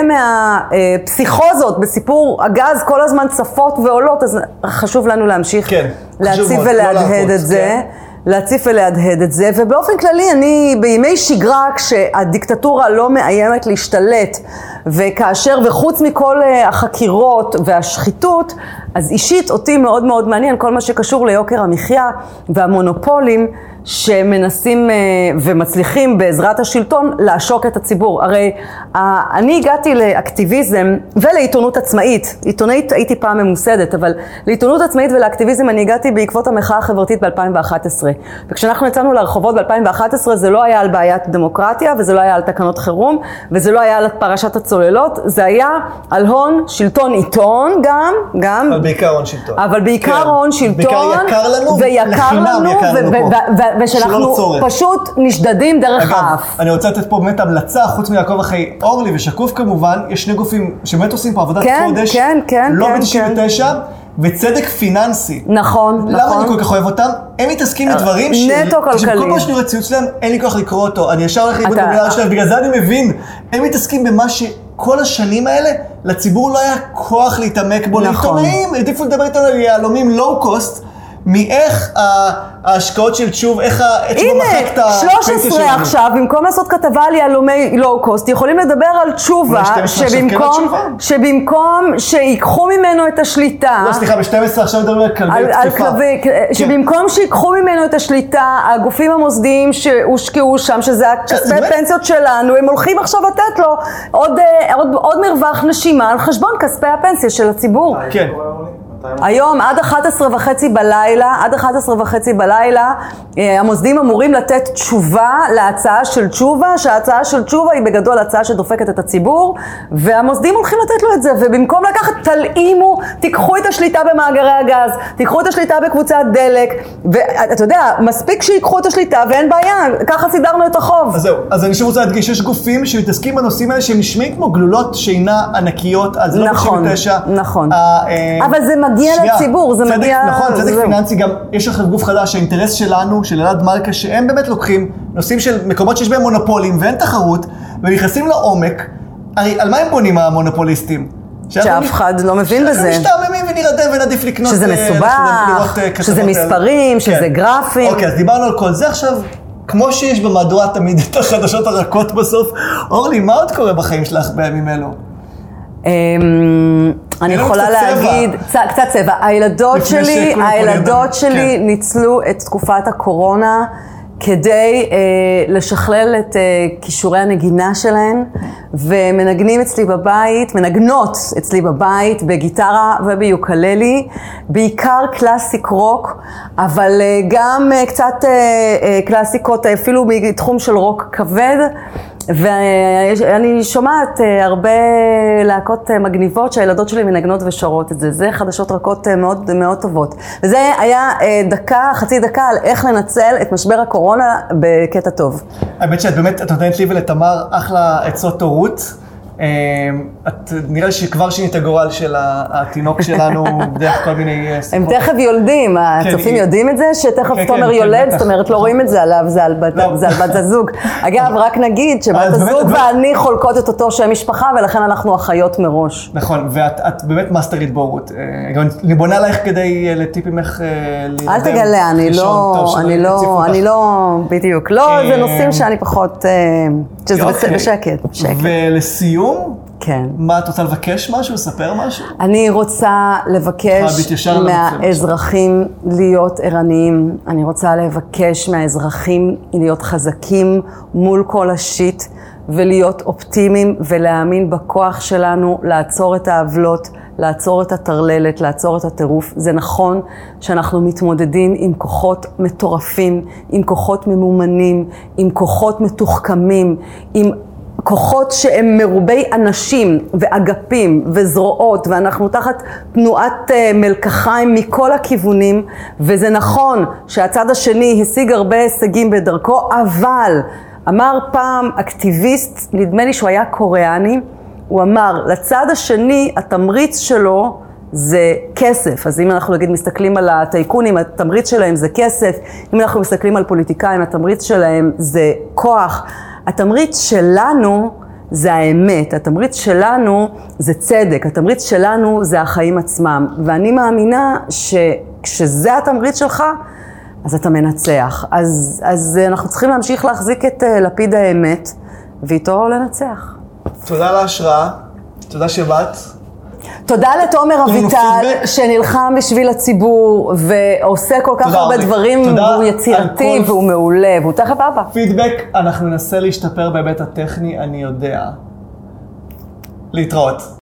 מהפסיכוזות בסיפור הגז כל הזמן צפות ועולות, אז חשוב לנו להמשיך. כן. להציף ולהדהד את זה, להציף ולהדהד את זה, ובאופן כללי אני בימי שגרה כשהדיקטטורה לא מאיימת להשתלט, וכאשר וחוץ מכל החקירות והשחיתות, אז אישית אותי מאוד מאוד מעניין כל מה שקשור ליוקר המחיה והמונופולים שמנסים ומצליחים בעזרת השלטון לעשוק את הציבור. הרי אני הגעתי לאקטיביזם ולעיתונות עצמאית, עיתונאית הייתי פעם ממוסדת, אבל לעיתונות עצמאית ולאקטיביזם אני הגעתי בעקבות המחאה החברתית ב-אלפיים ואחת עשרה. וכשאנחנו יצאנו לרחובות ב-אלפיים ואחת עשרה זה לא היה על בעיית דמוקרטיה, וזה לא היה על תקנות חירום, וזה לא היה על פרשת הצוללות, זה היה על הון, שלטון עיתון גם, גם. אבל בעיקר הון שלטון. אבל בעיקר כן. הון שלטון. בעיקר יקר לנו, ויקר לחינם לנו, יקר לנו ו- פה. ו- ו- ושאנחנו פשוט נשדדים דרך האף. אגב, אני רוצה לתת פה באמת המלצה, חוץ מלעקוב אחרי אורלי ושקוף כמובן, יש שני גופים שבאמת עושים פה עבודת כן, קודש, כן, כן, לא כן, ב-תשעים ותשע, וצדק פיננסי. נכון, למה נכון. אני כל כך אוהב אותם? הם מתעסקים בדברים ש... נטו כלכלי. כל פעם שאני רואה ציוץ שלהם, אין לי כוח לקרוא אותו. אני ישר הולך לאיבוד אתה- במילה שלהם, בגלל זה אני מבין. הם מתעסקים במה שכל השנים האלה, לציבור לא היה כוח להתעמק בו. נכון. לעיתונאים, העדיפו לדבר איתנו על יהלומים לואו קוסט, מאיך ההשקעות של תשוב, איך תשוב מחק את הנה, הפנסיה שלוש עשרה שלנו. עכשיו, במקום לעשות כתבה על יהלומי לואו קוסט, יכולים לדבר על תשובה, אולי שתים עשרה עכשיו כן על שבמקום, תשובה? שבמקום שיקחו ממנו את השליטה, לא, סליחה, ב-שתים עשרה עכשיו מדברים על כלבי על, על תקיפה. כלבי, כן. שבמקום שיקחו ממנו את השליטה, הגופים המוסדיים שהושקעו שם, שזה הכספי באמת? פנסיות שלנו, הם הולכים עכשיו לתת לו עוד, אה, עוד, עוד מרווח נשימה על חשבון כספי הפנסיה של הציבור. כן. היום עד אחת עשרה וחצי בלילה, עד אחת עשרה וחצי בלילה, המוסדים אמורים לתת תשובה להצעה של תשובה, שההצעה של תשובה היא בגדול הצעה שדופקת את הציבור, והמוסדים הולכים לתת לו את זה, ובמקום לקחת, תלאימו, תיקחו את השליטה במאגרי הגז, תיקחו את השליטה בקבוצת דלק, ואתה יודע, מספיק שיקחו את השליטה ואין בעיה, ככה סידרנו את החוב. אז זהו, אז אני שוב רוצה להדגיש, יש גופים שמתעסקים בנושאים האלה שהם נשמעים כמו גלולות שינה ענקיות, אז זה לא נכון, תשעים ותשע. נכון. אה, אה, אבל זה מגיע שנייה, לציבור, זה צדק, מגיע... נכון, צדק זה... פיננסי גם, יש לכם גוף חדש, האינטרס שלנו, של אלעד מלכה, שהם באמת לוקחים נושאים של מקומות שיש בהם מונופולים ואין תחרות, ונכנסים לעומק, הרי על מה הם בונים המונופוליסטים? שאף אחד לא מבין בזה. שאנחנו משתעממים ונרדם ונעדיף לקנות... שזה מסובך, שזה מספרים, שזה גרפים. אוקיי, אז דיברנו על כל זה עכשיו. כמו שיש במהדורה תמיד את החדשות הרכות בסוף. אורלי, מה עוד קורה בחיים שלך בימים אלו? אני יכולה להגיד, קצת צבע. הילדות שלי, הילדות שלי ניצלו את תקופת הקורונה כדי לשכלל את כישורי הנגינה שלהן, ומנגנים אצלי בבית, מנגנות אצלי בבית בגיטרה וביוקללי, בעיקר קלאסיק רוק, אבל גם קצת קלאסיקות אפילו מתחום של רוק כבד. ואני שומעת הרבה להקות מגניבות שהילדות שלי מנגנות ושרות את זה. זה חדשות רכות מאוד מאוד טובות. וזה היה דקה, חצי דקה על איך לנצל את משבר הקורונה בקטע טוב. האמת שאת באמת, את נותנת לי ולתמר אחלה עצות הורות. את נראה לי שכבר שינית הגורל של התינוק שלנו דרך כל מיני שיחות. הם תכף יולדים, הצופים יודעים את זה? שתכף תומר יולד, זאת אומרת לא רואים את זה עליו, זה על בת הזוג. אגב, רק נגיד שבת הזוג ואני חולקות את אותו שם משפחה ולכן אנחנו אחיות מראש. נכון, ואת באמת מאסטרית בהורות. אני בונה לך כדי לטיפים איך להירדם. אל תגלה, אני לא, אני לא, אני לא, בדיוק. לא, זה נושאים שאני פחות, שזה בשקט. ולסיום, כן. מה, את רוצה לבקש משהו, לספר משהו? אני רוצה לבקש מהאזרחים להיות ערניים. אני רוצה לבקש מהאזרחים להיות חזקים מול כל השיט, ולהיות אופטימיים ולהאמין בכוח שלנו, לעצור את העוולות, לעצור את הטרללת, לעצור את הטירוף. זה נכון שאנחנו מתמודדים עם כוחות מטורפים, עם כוחות ממומנים, עם כוחות מתוחכמים, עם כוחות שהם מרובי אנשים ואגפים וזרועות, ואנחנו תחת תנועת מלקחיים מכל הכיוונים, וזה נכון שהצד השני השיג הרבה הישגים בדרכו, אבל אמר פעם אקטיביסט, נדמה לי שהוא היה קוריאני, הוא אמר, לצד השני התמריץ שלו זה כסף. אז אם אנחנו נגיד מסתכלים על הטייקונים, התמריץ שלהם זה כסף. אם אנחנו מסתכלים על פוליטיקאים, התמריץ שלהם זה כוח. התמריץ שלנו זה האמת, התמריץ שלנו זה צדק, התמריץ שלנו זה החיים עצמם. ואני מאמינה שכשזה התמריץ שלך, אז אתה מנצח. אז, אז אנחנו צריכים להמשיך להחזיק את לפיד האמת, ואיתו לנצח. תודה על ההשראה, תודה שבאת. תודה לתומר אביטל שנלחם בשביל הציבור ועושה כל כך הרבה דברים, והוא יצירתי והוא מעולה והוא תכף אבא. פידבק, אנחנו ננסה להשתפר בהיבט הטכני, אני יודע. להתראות.